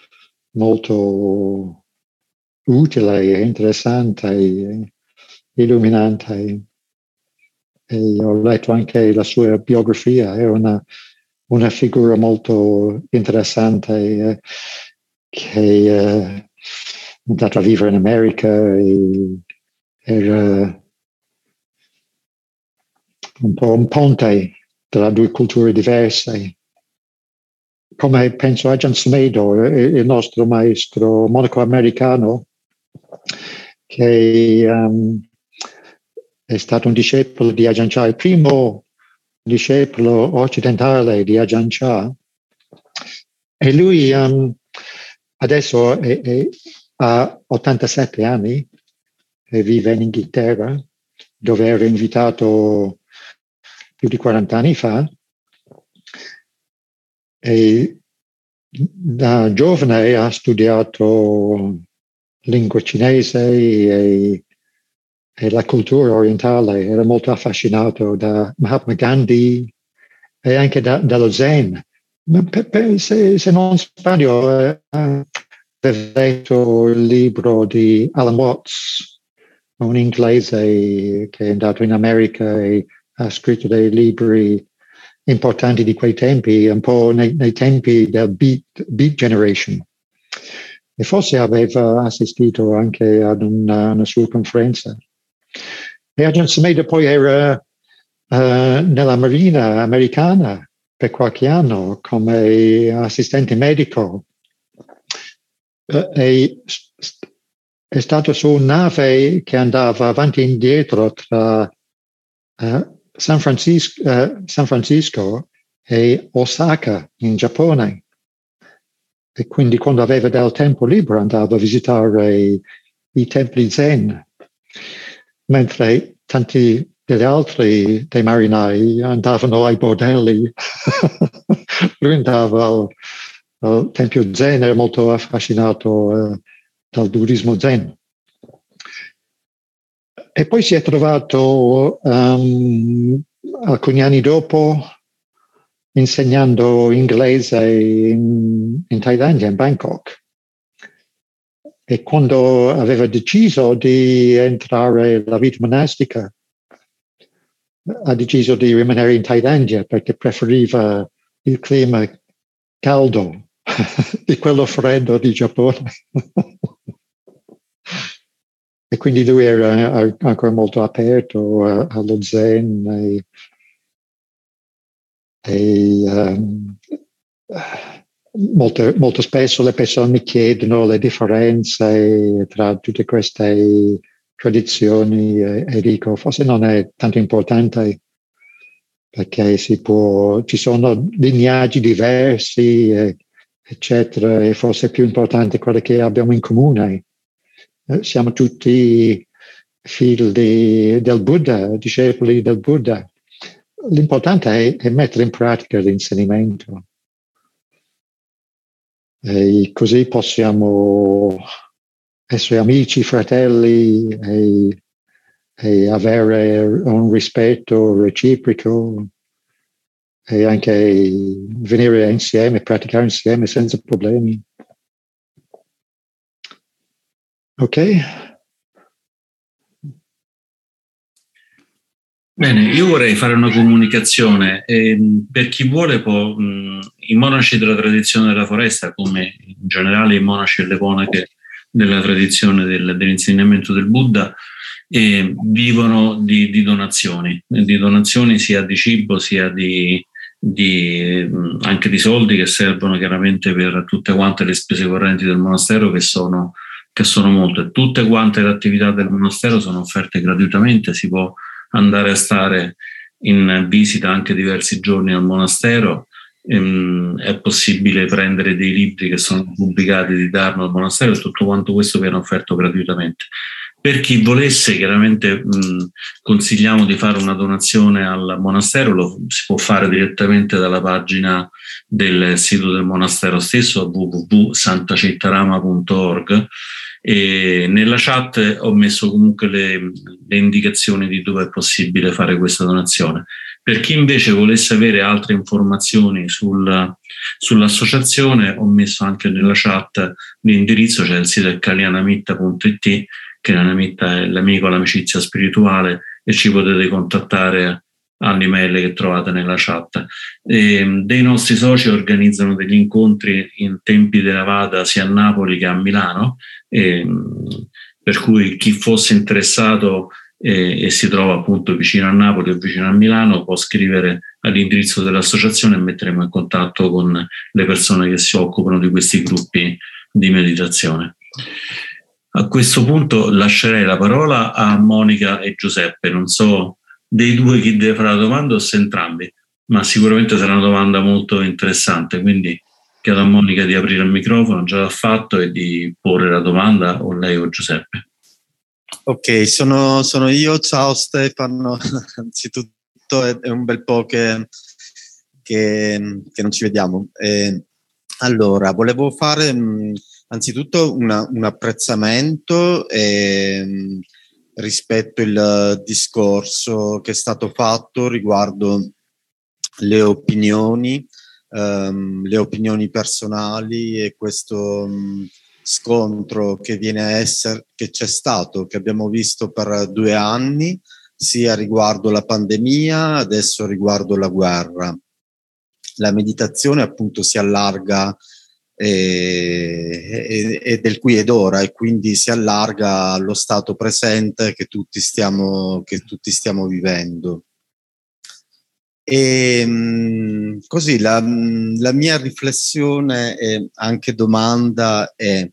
molto utile, interessante e illuminante. E ho letto anche la sua biografia, è una figura molto interessante che è andata a vivere in America e era un po' un ponte tra due culture diverse. Come penso Ajahn Sumedho, il nostro maestro monaco americano, che è stato un discepolo di Ajahn Chah, il primo discepolo occidentale di Ajahn Chah. E lui adesso ha 87 anni e vive in Inghilterra, dove era invitato più di 40 anni fa. E da giovane ha studiato lingua cinese e la cultura orientale, era molto affascinato da Mahatma Gandhi e anche dallo Zen. Se non sbaglio, ho letto il libro di Alan Watts, un inglese che è andato in America e ha scritto dei libri importanti di quei tempi, un po' nei tempi del Beat Generation. E forse aveva assistito anche ad una sua conferenza. E Ajahn Sumedho poi era nella Marina americana per qualche anno come assistente medico. È stato su un'nave che andava avanti e indietro tra San Francisco e Osaka in Giappone. E quindi quando aveva del tempo libero andava a visitare i templi Zen, mentre tanti degli altri dei marinai andavano ai bordelli. Lui andava al tempio Zen, era molto affascinato dal buddismo Zen. E poi si è trovato alcuni anni dopo insegnando inglese in Thailandia, in Bangkok. E quando aveva deciso di entrare nella vita monastica, ha deciso di rimanere in Thailandia perché preferiva il clima caldo di quello freddo di Giappone. E quindi lui era ancora molto aperto allo Zen molto spesso le persone mi chiedono le differenze tra tutte queste tradizioni e dico forse non è tanto importante perché ci sono lignaggi diversi eccetera, e forse è più importante quello che abbiamo in comune. Siamo tutti figli del Buddha, discepoli del Buddha. L'importante è mettere in pratica l'insegnamento. E così possiamo essere amici, fratelli e avere un rispetto reciproco e anche venire insieme, praticare insieme senza problemi. Ok? Bene, io vorrei fare una comunicazione. Per chi vuole può, i monaci della tradizione della foresta, come in generale i monaci e le monache della tradizione dell'insegnamento del Buddha, vivono di donazioni sia di cibo sia anche di soldi che servono chiaramente per tutte quante le spese correnti del monastero che sono molte. Tutte quante le attività del monastero sono offerte gratuitamente, si può andare a stare in visita anche diversi giorni al monastero, è possibile prendere dei libri che sono pubblicati di Dharma al monastero e tutto quanto questo viene offerto gratuitamente. Per chi volesse, chiaramente consigliamo di fare una donazione al monastero, lo si può fare direttamente dalla pagina del sito del monastero stesso, www.santacittarama.org, e nella chat ho messo comunque le indicazioni di dove è possibile fare questa donazione. Per chi invece volesse avere altre informazioni sull'associazione, ho messo anche nella chat l'indirizzo, cioè il sito è kalianamitta.it, che Namitta è l'amico, l'amicizia spirituale, e ci potete contattare all'email che trovate nella chat. Dei nostri soci organizzano degli incontri in tempi della Vada sia a Napoli che a Milano, per cui chi fosse interessato e si trova appunto vicino a Napoli o vicino a Milano può scrivere all'indirizzo dell'associazione e metteremo in contatto con le persone che si occupano di questi gruppi di meditazione. A questo punto lascerei la parola a Monica e Giuseppe. Non so dei due chi deve fare la domanda o se entrambi, ma sicuramente sarà una domanda molto interessante, quindi chiedo a Monica di aprire il microfono, già l'ha fatto, e di porre la domanda, o lei o Giuseppe. Ok, sono io. Ciao Stefano, anzitutto è un bel po' che non ci vediamo. Allora, volevo fare anzitutto un apprezzamento rispetto al discorso che è stato fatto riguardo le opinioni personali e questo scontro che che c'è stato, che abbiamo visto per 2 anni, sia riguardo la pandemia, adesso riguardo la guerra. La meditazione appunto si allarga e del qui ed ora, e quindi si allarga allo stato presente che tutti stiamo vivendo. E così la mia riflessione e anche domanda è,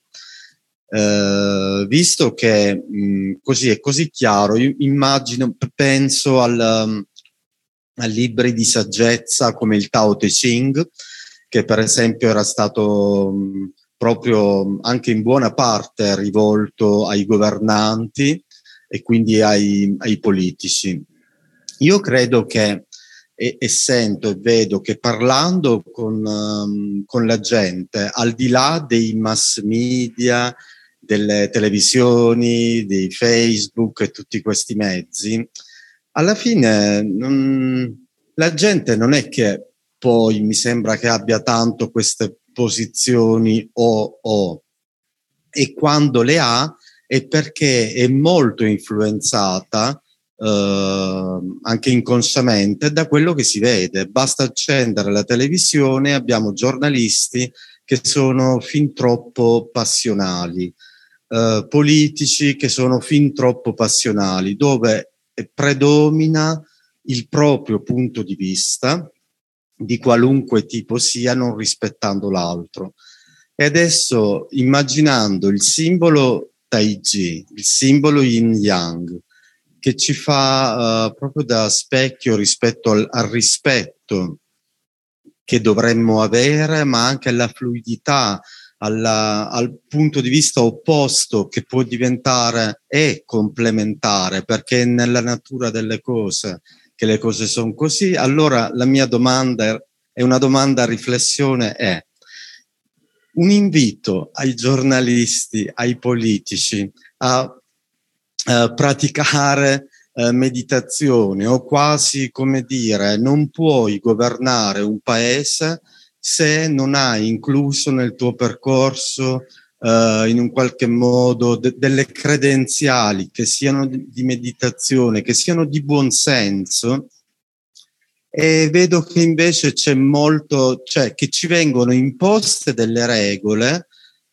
visto che così è così chiaro, io penso a libri di saggezza come il Tao Te Ching, che per esempio era stato proprio anche in buona parte rivolto ai governanti e quindi ai politici. Io credo che, e sento e vedo che parlando con la gente, al di là dei mass media, delle televisioni, dei Facebook e tutti questi mezzi, alla fine la gente non è che poi mi sembra che abbia tanto queste posizioni e quando le ha è perché è molto influenzata anche inconsciamente da quello che si vede. Basta accendere la televisione, abbiamo giornalisti che sono fin troppo passionali, politici che sono fin troppo passionali, dove predomina il proprio punto di vista di qualunque tipo sia, non rispettando l'altro. E adesso, immaginando il simbolo Tai Chi, il simbolo Yin Yang, che ci fa proprio da specchio rispetto al rispetto che dovremmo avere, ma anche alla fluidità, al punto di vista opposto che può diventare e complementare, perché è nella natura delle cose che le cose sono così. Allora la mia domanda è una domanda a riflessione, è un invito ai giornalisti, ai politici a praticare meditazione, o quasi come dire, non puoi governare un paese se non hai incluso nel tuo percorso in un qualche modo delle credenziali che siano di meditazione, che siano di buon senso. E vedo che invece c'è molto, cioè che ci vengono imposte delle regole,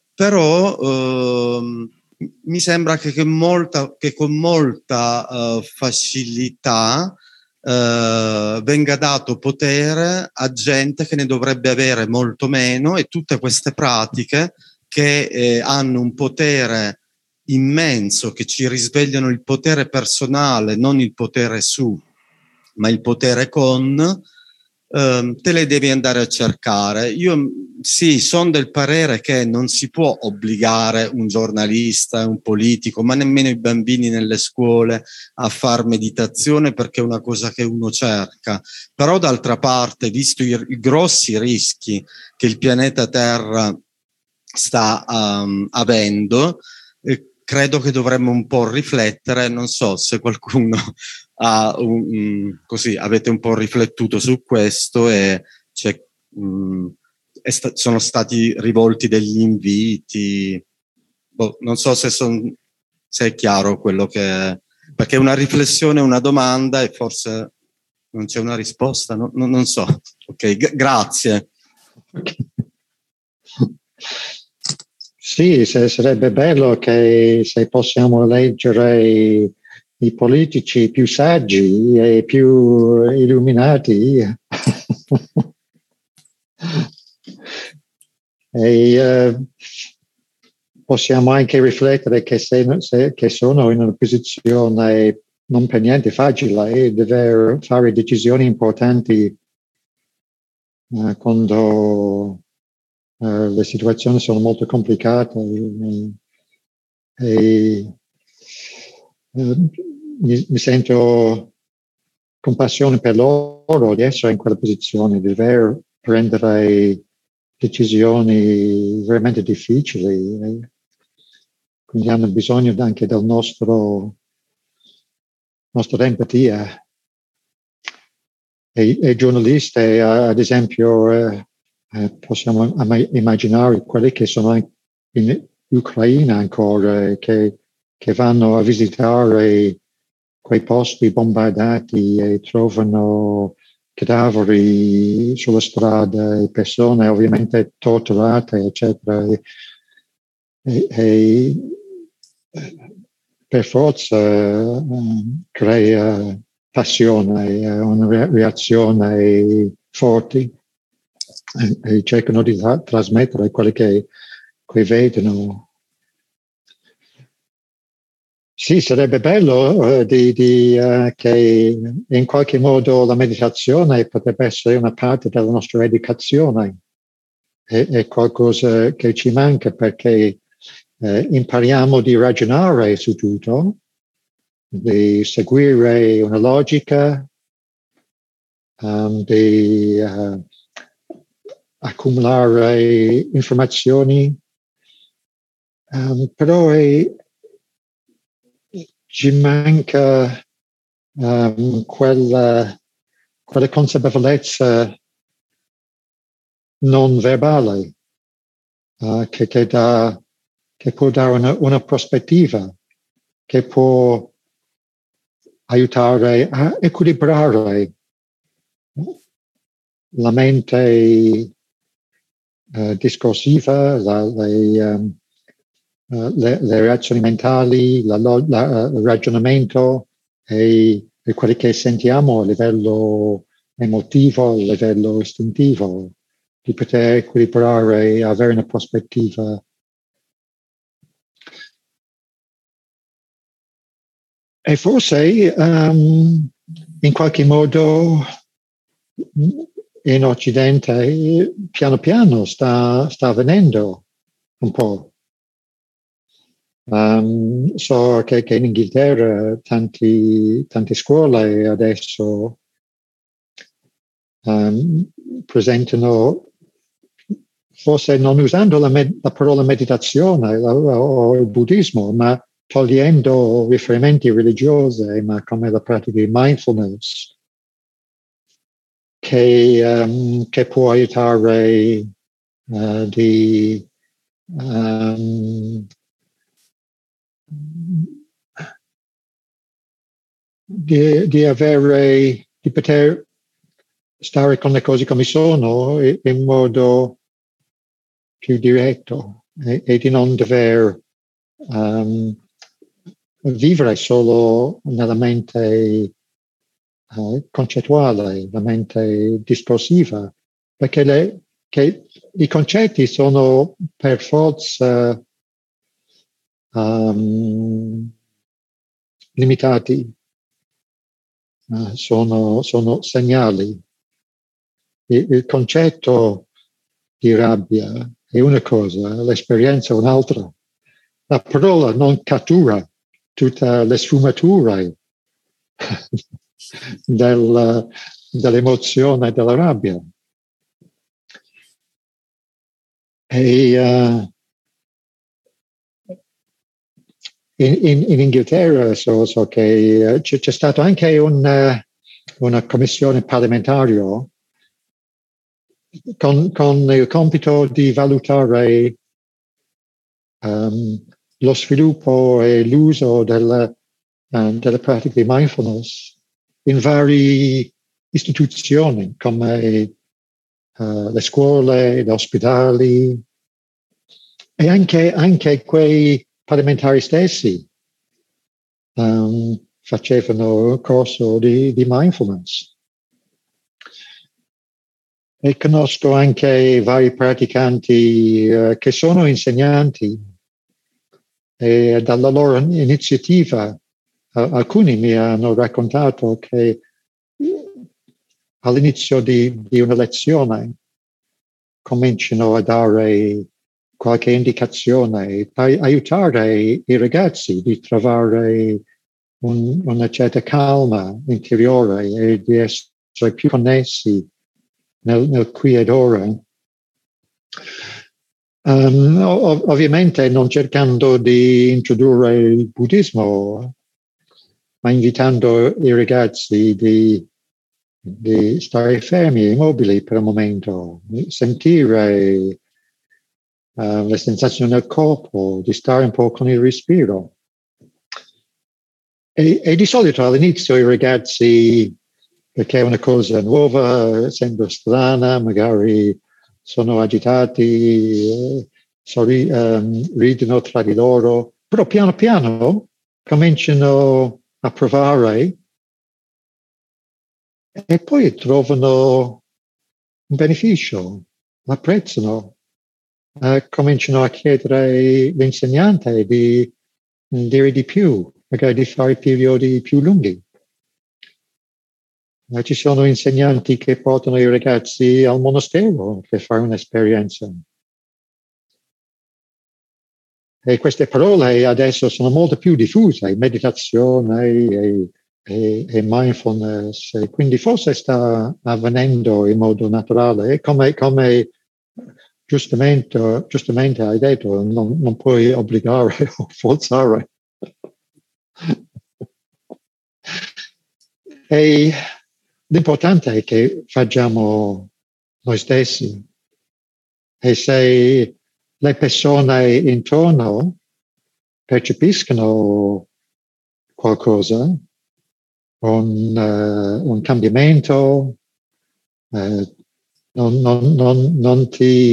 però mi sembra che con molta facilità venga dato potere a gente che ne dovrebbe avere molto meno, e tutte queste pratiche che hanno un potere immenso, che ci risvegliano il potere personale, non il potere su, ma il potere con, te le devi andare a cercare. Io sì, sono del parere che non si può obbligare un giornalista, un politico, ma nemmeno i bambini nelle scuole a far meditazione, perché è una cosa che uno cerca. Però d'altra parte, visto i grossi rischi che il pianeta Terra sta avendo, credo che dovremmo un po' riflettere. Non so se qualcuno così avete un po' riflettuto su questo e sono stati rivolti degli inviti. Non so se è chiaro quello che, perché è una riflessione, una domanda e forse non c'è una risposta, non so. Ok, grazie. Sì, sarebbe bello che se possiamo eleggere i politici più saggi e più illuminati. E possiamo anche riflettere che che sono in una posizione non per niente facile e dover fare decisioni importanti quando le situazioni sono molto complicate e mi sento compassione per loro di essere in quella posizione, di dover prendere decisioni veramente difficili, quindi hanno bisogno anche del nostra empatia. E giornalisti, ad esempio, possiamo immaginare quelli che sono in Ucraina ancora, che vanno a visitare quei posti bombardati e trovano cadaveri sulla strada e persone ovviamente torturate, eccetera. E per forza crea passione, una reazione forte e cercano di trasmettere quello che vedono. Sì, sarebbe bello che in qualche modo la meditazione potrebbe essere una parte della nostra educazione. È qualcosa che ci manca perché impariamo di ragionare su tutto, di seguire una logica, di accumulare informazioni, però ci manca quella consapevolezza non verbale che può dare una prospettiva, che può aiutare a equilibrare la mente discorsiva, le reazioni mentali, il ragionamento e quelli che sentiamo a livello emotivo, a livello istintivo, di poter equilibrare e avere una prospettiva. E forse in qualche modo in Occidente piano piano sta avvenendo un po'. So che in Inghilterra tante scuole adesso presentano, forse non usando la parola meditazione o il buddismo, ma togliendo riferimenti religiosi, ma come la pratica di mindfulness, che può aiutare di poter stare con le cose come sono in modo più diretto e di non dover vivere solo nella mente concettuale, la mente discorsiva, perché i concetti sono per forza limitati, sono segnali. il concetto di rabbia è una cosa, l'esperienza è un'altra. La parola non cattura tutte le sfumature dell'emozione e della rabbia. E in Inghilterra so che c'è stato anche una commissione parlamentare con il compito di valutare lo sviluppo e l'uso delle pratiche di mindfulness in varie istituzioni come le scuole, gli ospedali e anche quei parlamentari stessi facevano un corso di mindfulness. E conosco anche vari praticanti che sono insegnanti e dalla loro iniziativa alcuni mi hanno raccontato che all'inizio di una lezione cominciano a dare qualche indicazione per aiutare i ragazzi di trovare una certa calma interiore e di essere più connessi nel qui ed ora. Ovviamente non cercando di introdurre il buddismo, ma invitando i ragazzi di stare fermi, immobili per un momento, sentire le sensazioni del corpo, di stare un po' con il respiro. E di solito all'inizio i ragazzi, perché è una cosa nuova, sembra strana, magari sono agitati, ridono tra di loro, però piano piano cominciano a provare e poi trovano un beneficio, l'apprezzano, cominciano a chiedere l'insegnante di dire di più, magari di fare periodi più lunghi. Ci sono insegnanti che portano i ragazzi al monastero per fare un'esperienza. E queste parole adesso sono molto più diffuse, meditazione e mindfulness, e quindi forse sta avvenendo in modo naturale. Come giustamente hai detto, non puoi obbligare o forzare. E l'importante è che facciamo noi stessi. E se le persone intorno percepiscono qualcosa, un cambiamento, non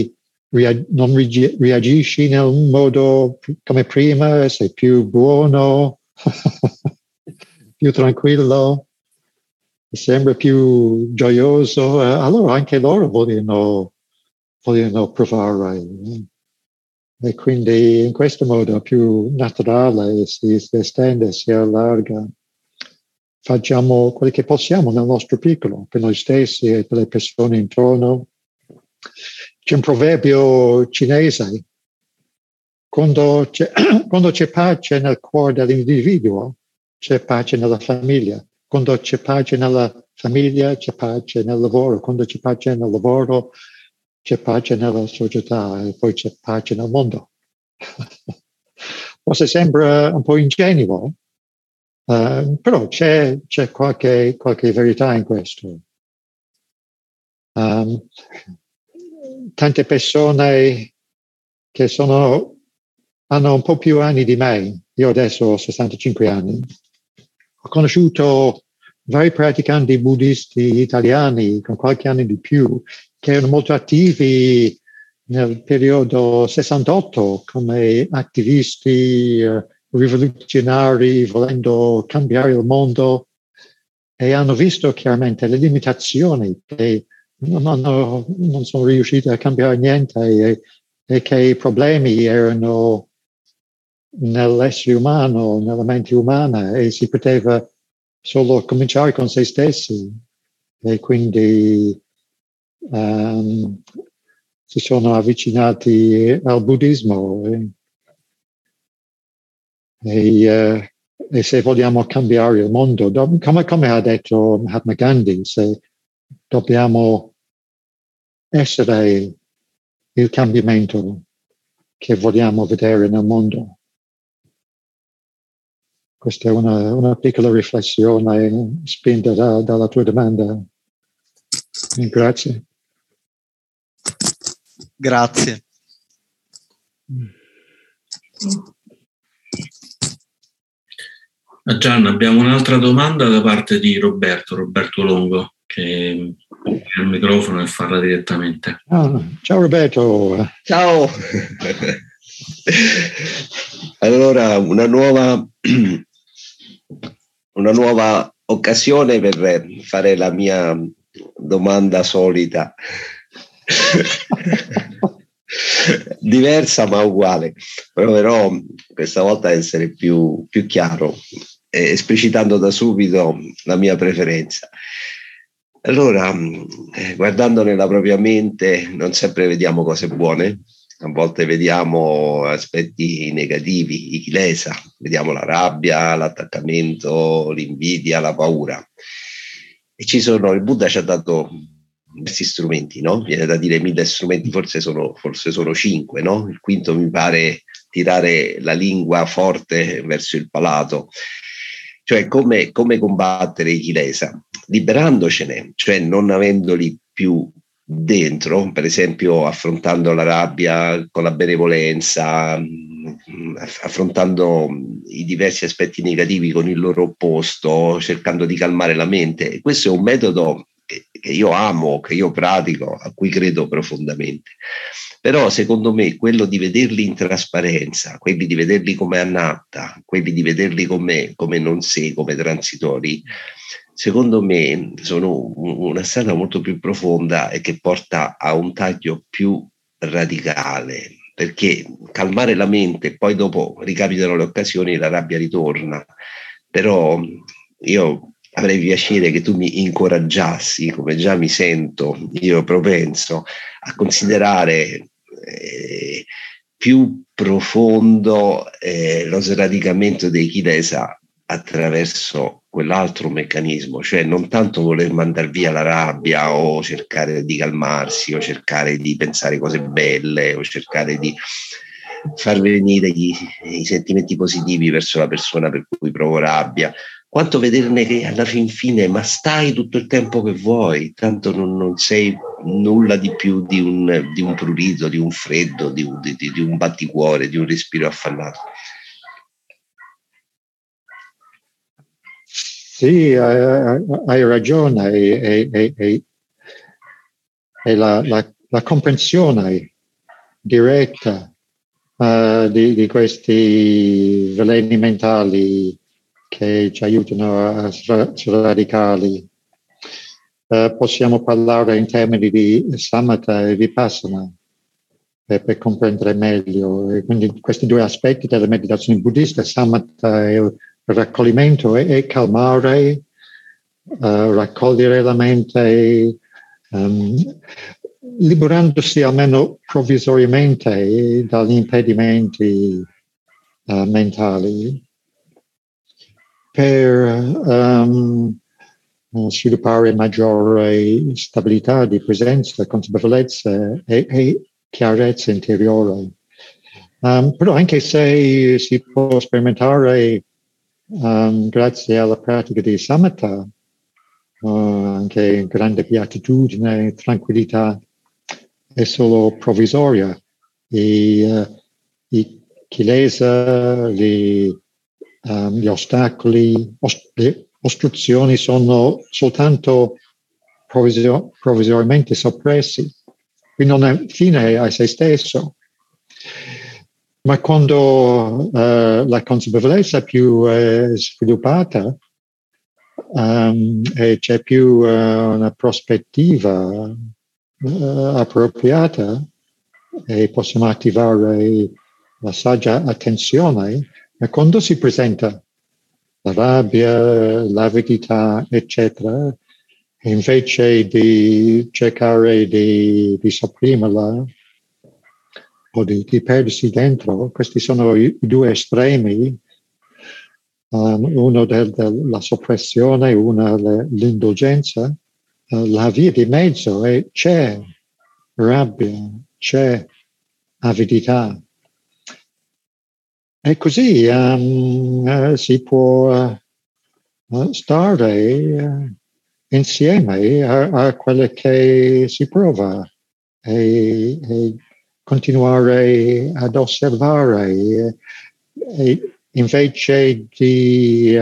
reagisci nel modo come prima, sei più buono, più tranquillo, sembra più gioioso, allora anche loro vogliono provare. E quindi in questo modo più naturale si estende, si allarga. Facciamo quello che possiamo nel nostro piccolo, per noi stessi e per le persone intorno. C'è un proverbio cinese: quando c'è pace nel cuore dell'individuo, c'è pace nella famiglia. Quando c'è pace nella famiglia, c'è pace nel lavoro. Quando c'è pace nel lavoro, c'è pace nella società e poi c'è pace nel mondo. Forse sembra un po' ingenuo, però c'è qualche verità in questo. Tante persone che hanno un po' più anni di me, io adesso ho 65 anni, ho conosciuto vari praticanti buddisti italiani con qualche anno di più che erano molto attivi nel periodo 68 come attivisti rivoluzionari volendo cambiare il mondo, e hanno visto chiaramente le limitazioni, che non sono riusciti a cambiare niente e che i problemi erano nell'essere umano, nella mente umana, e si poteva solo cominciare con se stessi. E quindi si sono avvicinati al buddismo e se vogliamo cambiare il mondo, come ha detto Mahatma Gandhi, se dobbiamo essere il cambiamento che vogliamo vedere nel mondo. Questa è una piccola riflessione spinta dalla tua domanda. Grazie. Grazie. Gian, abbiamo un'altra domanda da parte di Roberto Longo, che ha il microfono e farla direttamente. Ciao Roberto. Ciao. Allora, una nuova occasione per fare la mia domanda solita. Diversa ma uguale. Proverò questa volta a essere più chiaro, esplicitando da subito la mia preferenza. Allora, guardando nella propria mente, non sempre vediamo cose buone, a volte vediamo aspetti negativi, i kilesa, vediamo la rabbia, l'attaccamento, l'invidia, la paura. E il Buddha ci ha dato diversi strumenti, no? Viene da dire 1000 strumenti, forse sono 5, no? Il quinto mi pare tirare la lingua forte verso il palato. Cioè come combattere i kilesa, liberandocene, cioè non avendoli più dentro, per esempio affrontando la rabbia con la benevolenza, affrontando i diversi aspetti negativi con il loro opposto, cercando di calmare la mente. E questo è un metodo che io amo, che io pratico, a cui credo profondamente. Però secondo me quello di vederli in trasparenza, quelli di vederli come anatta, quelli di vederli come non sé, come transitori, secondo me sono una strada molto più profonda e che porta a un taglio più radicale, perché calmare la mente, poi dopo ricapitano le occasioni, la rabbia ritorna. Però io avrei piacere che tu mi incoraggiassi, come già mi sento io propenso, a considerare più profondo lo sradicamento dei kilesa attraverso quell'altro meccanismo, cioè non tanto voler mandare via la rabbia o cercare di calmarsi o cercare di pensare cose belle o cercare di far venire i sentimenti positivi verso la persona per cui provo rabbia, quanto vederne che alla fin fine, ma stai tutto il tempo che vuoi, tanto non sei nulla di più di un prurito, di un freddo, di un batticuore, di un respiro affannato. Sì, hai ragione, e la comprensione diretta di questi veleni mentali che ci aiutano a sradicare. Possiamo parlare in termini di samatha e vipassana per comprendere meglio. E quindi questi due aspetti della meditazione buddista, samatha è il raccoglimento e calmare, raccogliere la mente, liberandosi almeno provvisoriamente dagli impedimenti mentali, per sviluppare maggiore stabilità di presenza, consapevolezza e chiarezza interiore. Però anche se si può sperimentare grazie alla pratica di samatha anche grande beatitudine, tranquillità, è solo provvisoria. I kilesa, gli ostacoli, le ostruzioni sono soltanto provvisoriamente soppressi, quindi non è fine a se stesso. Ma quando la consapevolezza è più sviluppata e c'è più una prospettiva appropriata e possiamo attivare la saggia attenzione, e quando si presenta la rabbia, l'avidità, eccetera, invece di cercare di sopprimerla o di perdersi dentro, questi sono i due estremi, uno della soppressione, uno l'indulgenza. La via di mezzo è c'è rabbia, c'è avidità. E così si può stare insieme a quello che si prova e continuare ad osservare e invece di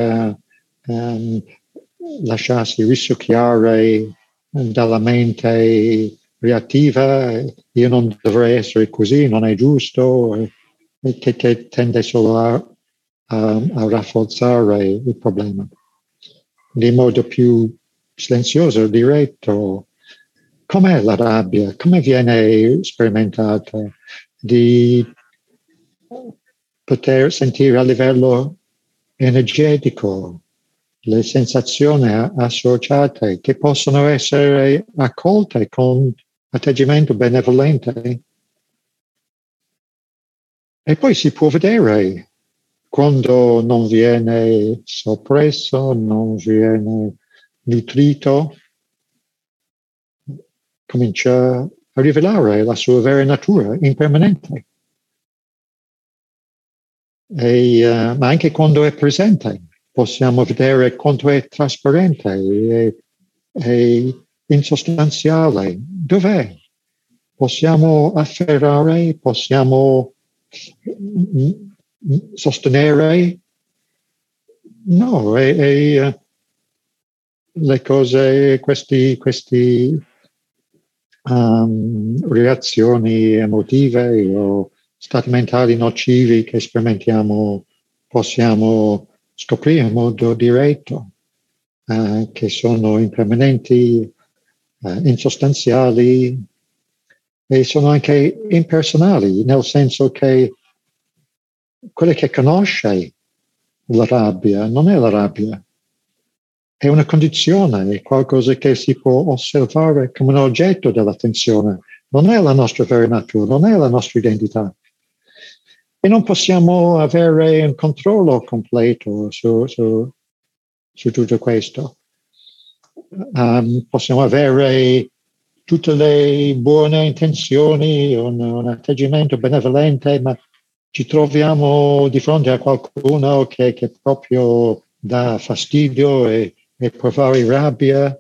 lasciarsi risucchiare dalla mente reattiva, io non dovrei essere così, non è giusto, che tende solo a rafforzare il problema. In modo più silenzioso, diretto, com'è la rabbia, come viene sperimentata, di poter sentire a livello energetico le sensazioni associate che possono essere accolte con atteggiamento benevolente. E poi si può vedere quando non viene soppresso, non viene nutrito, comincia a rivelare la sua vera natura impermanente. Ma anche quando è presente possiamo vedere quanto è trasparente e insostanziale. Dov'è? Possiamo afferrare, possiamo sostenere? No, le cose, questi reazioni emotive o stati mentali nocivi che sperimentiamo possiamo scoprire in modo diretto, che sono impermanenti, insostanziali e sono anche impersonali, nel senso che quello che conosce la rabbia non è la rabbia, è una condizione, è qualcosa che si può osservare come un oggetto dell'attenzione, non è la nostra vera natura, non è la nostra identità. E non possiamo avere un controllo completo su tutto questo. Possiamo avere tutte le buone intenzioni, un atteggiamento benevolente, ma ci troviamo di fronte a qualcuno che proprio dà fastidio e provare rabbia,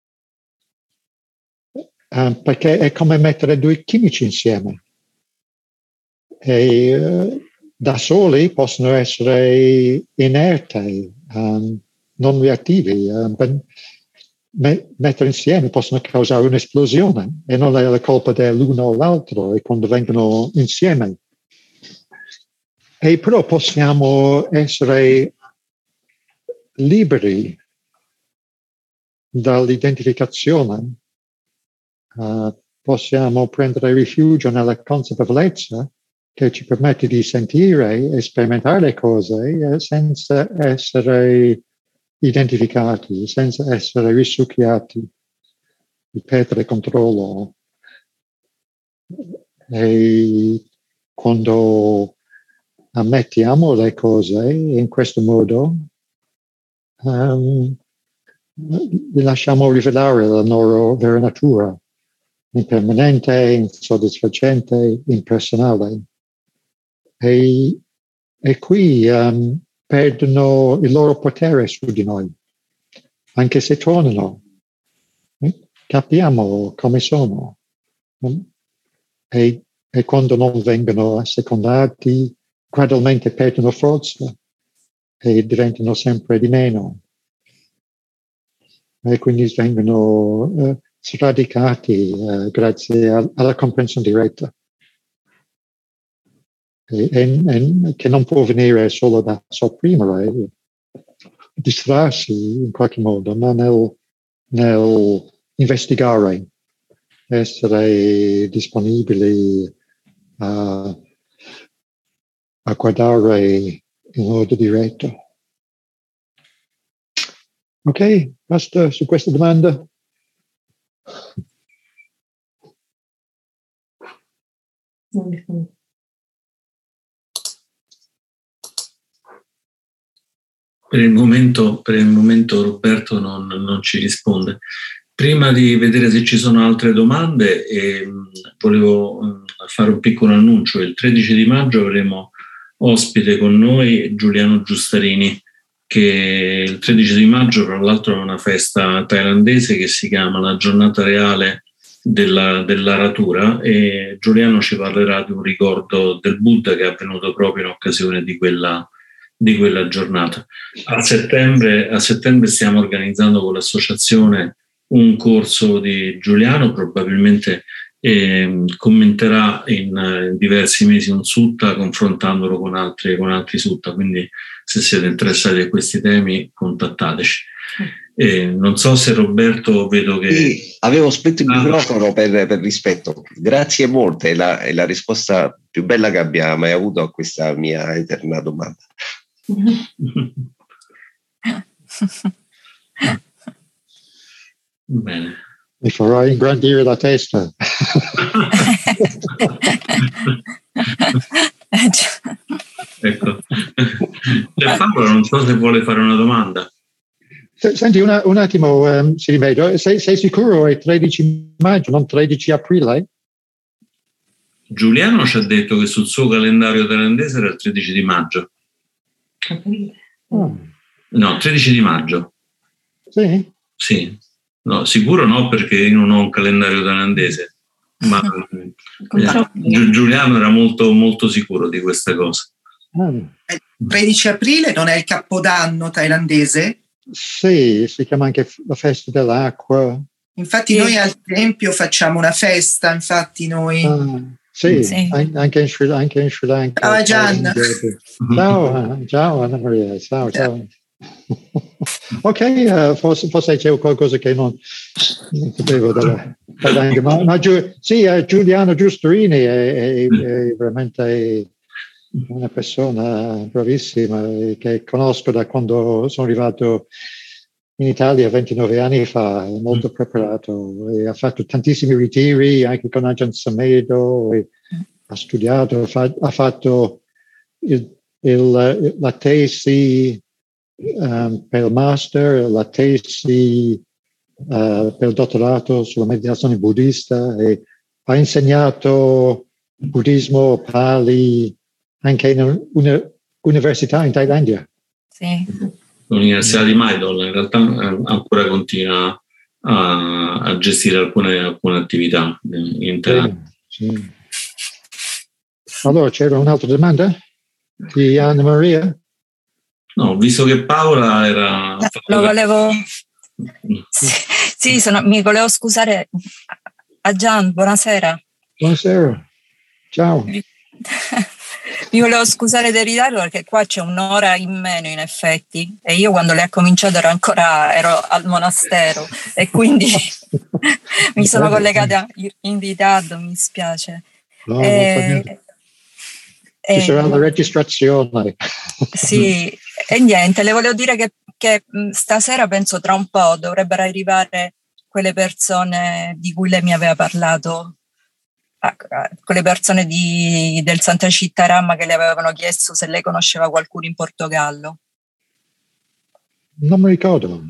perché è come mettere due chimici insieme. E da soli possono essere inerti, non reattivi, mettere insieme possono causare un'esplosione e non è la colpa dell'uno o l'altro, e quando vengono insieme. E però possiamo essere liberi dall'identificazione, possiamo prendere rifugio nella consapevolezza che ci permette di sentire e sperimentare le cose senza essere identificati, senza essere risucchiati, di perdere controllo. E quando ammettiamo le cose in questo modo, li lasciamo rivelare la loro vera natura, impermanente, insoddisfacente, impersonale. E qui perdono il loro potere su di noi, anche se tornano. Capiamo come sono. E quando non vengono assecondati, gradualmente perdono forza e diventano sempre di meno. E quindi vengono sradicati grazie alla comprensione diretta. Che non può venire solo da sopprimere, distrarsi in qualche modo, ma nel investigare, essere disponibili a guardare in modo diretto. Ok, basta su questa domanda. Per il momento Roberto non ci risponde. Prima di vedere se ci sono altre domande, volevo fare un piccolo annuncio. Il 13 di maggio avremo ospite con noi Giuliano Giustarini, che il 13 di maggio tra l'altro è una festa thailandese che si chiama la giornata reale dell'aratura, e Giuliano ci parlerà di un ricordo del Buddha che è avvenuto proprio in occasione di quella giornata. A settembre stiamo organizzando con l'associazione un corso di Giuliano, probabilmente commenterà in diversi mesi un sutta confrontandolo con altri sutta, quindi se siete interessati a questi temi contattateci. Non so se Roberto, vedo che... Sì, avevo spento il microfono per rispetto. Grazie molte, è la risposta più bella che abbia mai avuto a questa mia eterna domanda. Bene. Mi farò ingrandire la testa. Ecco. Paolo, non so se vuole fare una domanda. Senti, un attimo, si rimedio. Sei sicuro è 13 maggio, non 13 aprile? Giuliano ci ha detto che sul suo calendario thailandese era il 13 di maggio. No, 13 di maggio. Sì? Sì. No, sicuro no, perché io non ho un calendario thailandese, ma Giuliano era molto, molto sicuro di questa cosa. Il 13 aprile non è il capodanno thailandese? Sì, si chiama anche la festa dell'acqua. Infatti noi al Tempio facciamo una festa, infatti noi. Sì. Anche in Sri Lanka. Ciao Gian. Ciao Anna Maria, ciao. Ok, forse c'è qualcosa che non sapevo ma Giuliano Giustarini è veramente una persona bravissima che conosco da quando sono arrivato in Italia 29 anni fa, è molto preparato e ha fatto tantissimi ritiri anche con Ajahn Sumedho, ha studiato, ha fatto la tesi per il master, la tesi per il dottorato sulla meditazione buddista, e ha insegnato buddismo Pali anche in un'università in Thailandia. Sì. L'Università di Maidol in realtà ancora continua a gestire alcune attività in Thailandia. Sì. Allora, c'era un'altra domanda di Anna Maria? No, visto che Paola era... Lo volevo... Sì, mi volevo scusare. Gian, buonasera. Buonasera, ciao. Mi volevo scusare del ritardo perché qua c'è un'ora in meno in effetti, e io quando lei ha cominciato ero al monastero e quindi mi sono collegata in ritardo, mi spiace. No, ci sarà la registrazione. Sì, e niente, le volevo dire che stasera, penso tra un po', dovrebbero arrivare quelle persone di cui lei mi aveva parlato, quelle persone del Santa Cittaramma che le avevano chiesto se lei conosceva qualcuno in Portogallo. Non mi ricordo.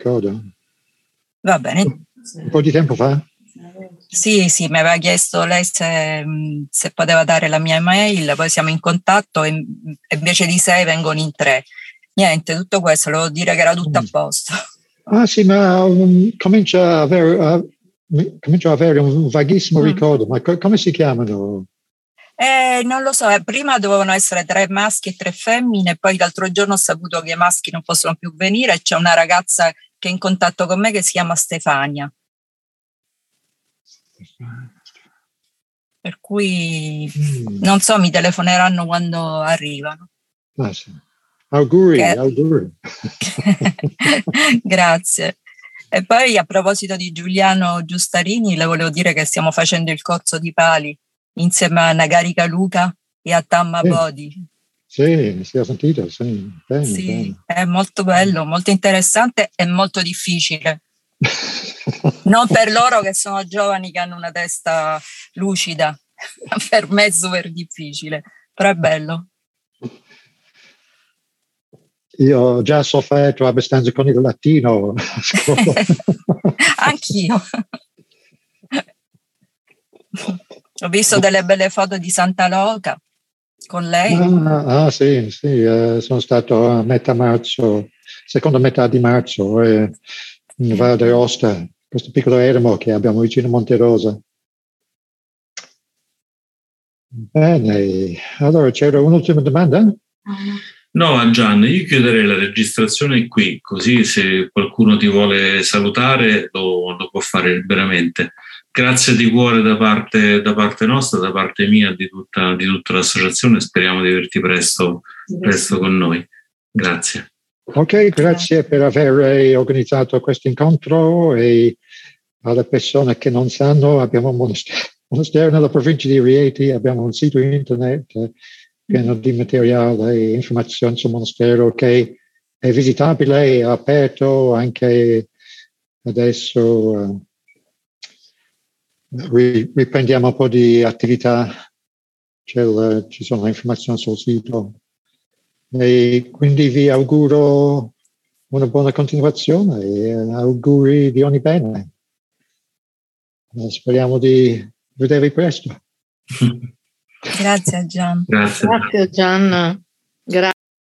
Va bene. Un po' di tempo fa? Sì, mi aveva chiesto lei se poteva dare la mia email, poi siamo in contatto e invece di 6 vengono in 3. Niente, tutto questo, volevo dire che era tutto a posto. Ah sì, ma comincio a avere un vaghissimo ricordo, ma come si chiamano? Non lo so, prima dovevano essere 3 maschi e 3 femmine, poi l'altro giorno ho saputo che i maschi non possono più venire e c'è una ragazza che è in contatto con me che si chiama Stefania. Per cui non so, mi telefoneranno quando arrivano. Ah, sì. Auguri. Grazie. E poi a proposito di Giuliano Giustarini, le volevo dire che stiamo facendo il corso di Pali insieme a Nagarika Luca e a Tamma Bodhi. Sì, si è sentito, sì. Bene. È molto bello, molto interessante e molto difficile. Non per loro che sono giovani, che hanno una testa lucida. Per me è super difficile, però è bello. Io ho già sofferto abbastanza con il latino. Anch'io. Ho visto delle belle foto di Santa Loca con lei. Sì, sono stato a metà marzo, seconda metà di marzo, in Val d'Aosta, questo piccolo eremo che abbiamo vicino a Monterosa. Bene, allora c'era un'ultima domanda? No, Gian, io chiuderei la registrazione qui, così se qualcuno ti vuole salutare lo può fare liberamente. Grazie di cuore da parte nostra, da parte mia, di tutta l'associazione. Speriamo di averti presto con noi. Grazie. Ok, grazie per aver organizzato questo incontro, e alle persone che non sanno, abbiamo un monastero nella provincia di Rieti, abbiamo un sito internet pieno di materiale e informazioni sul monastero che è visitabile, è aperto anche adesso. Riprendiamo un po' di attività, ci sono informazioni sul sito, e quindi vi auguro una buona continuazione e auguri di ogni bene. Speriamo di vedervi presto. Grazie Gian. Grazie Gian. Grazie.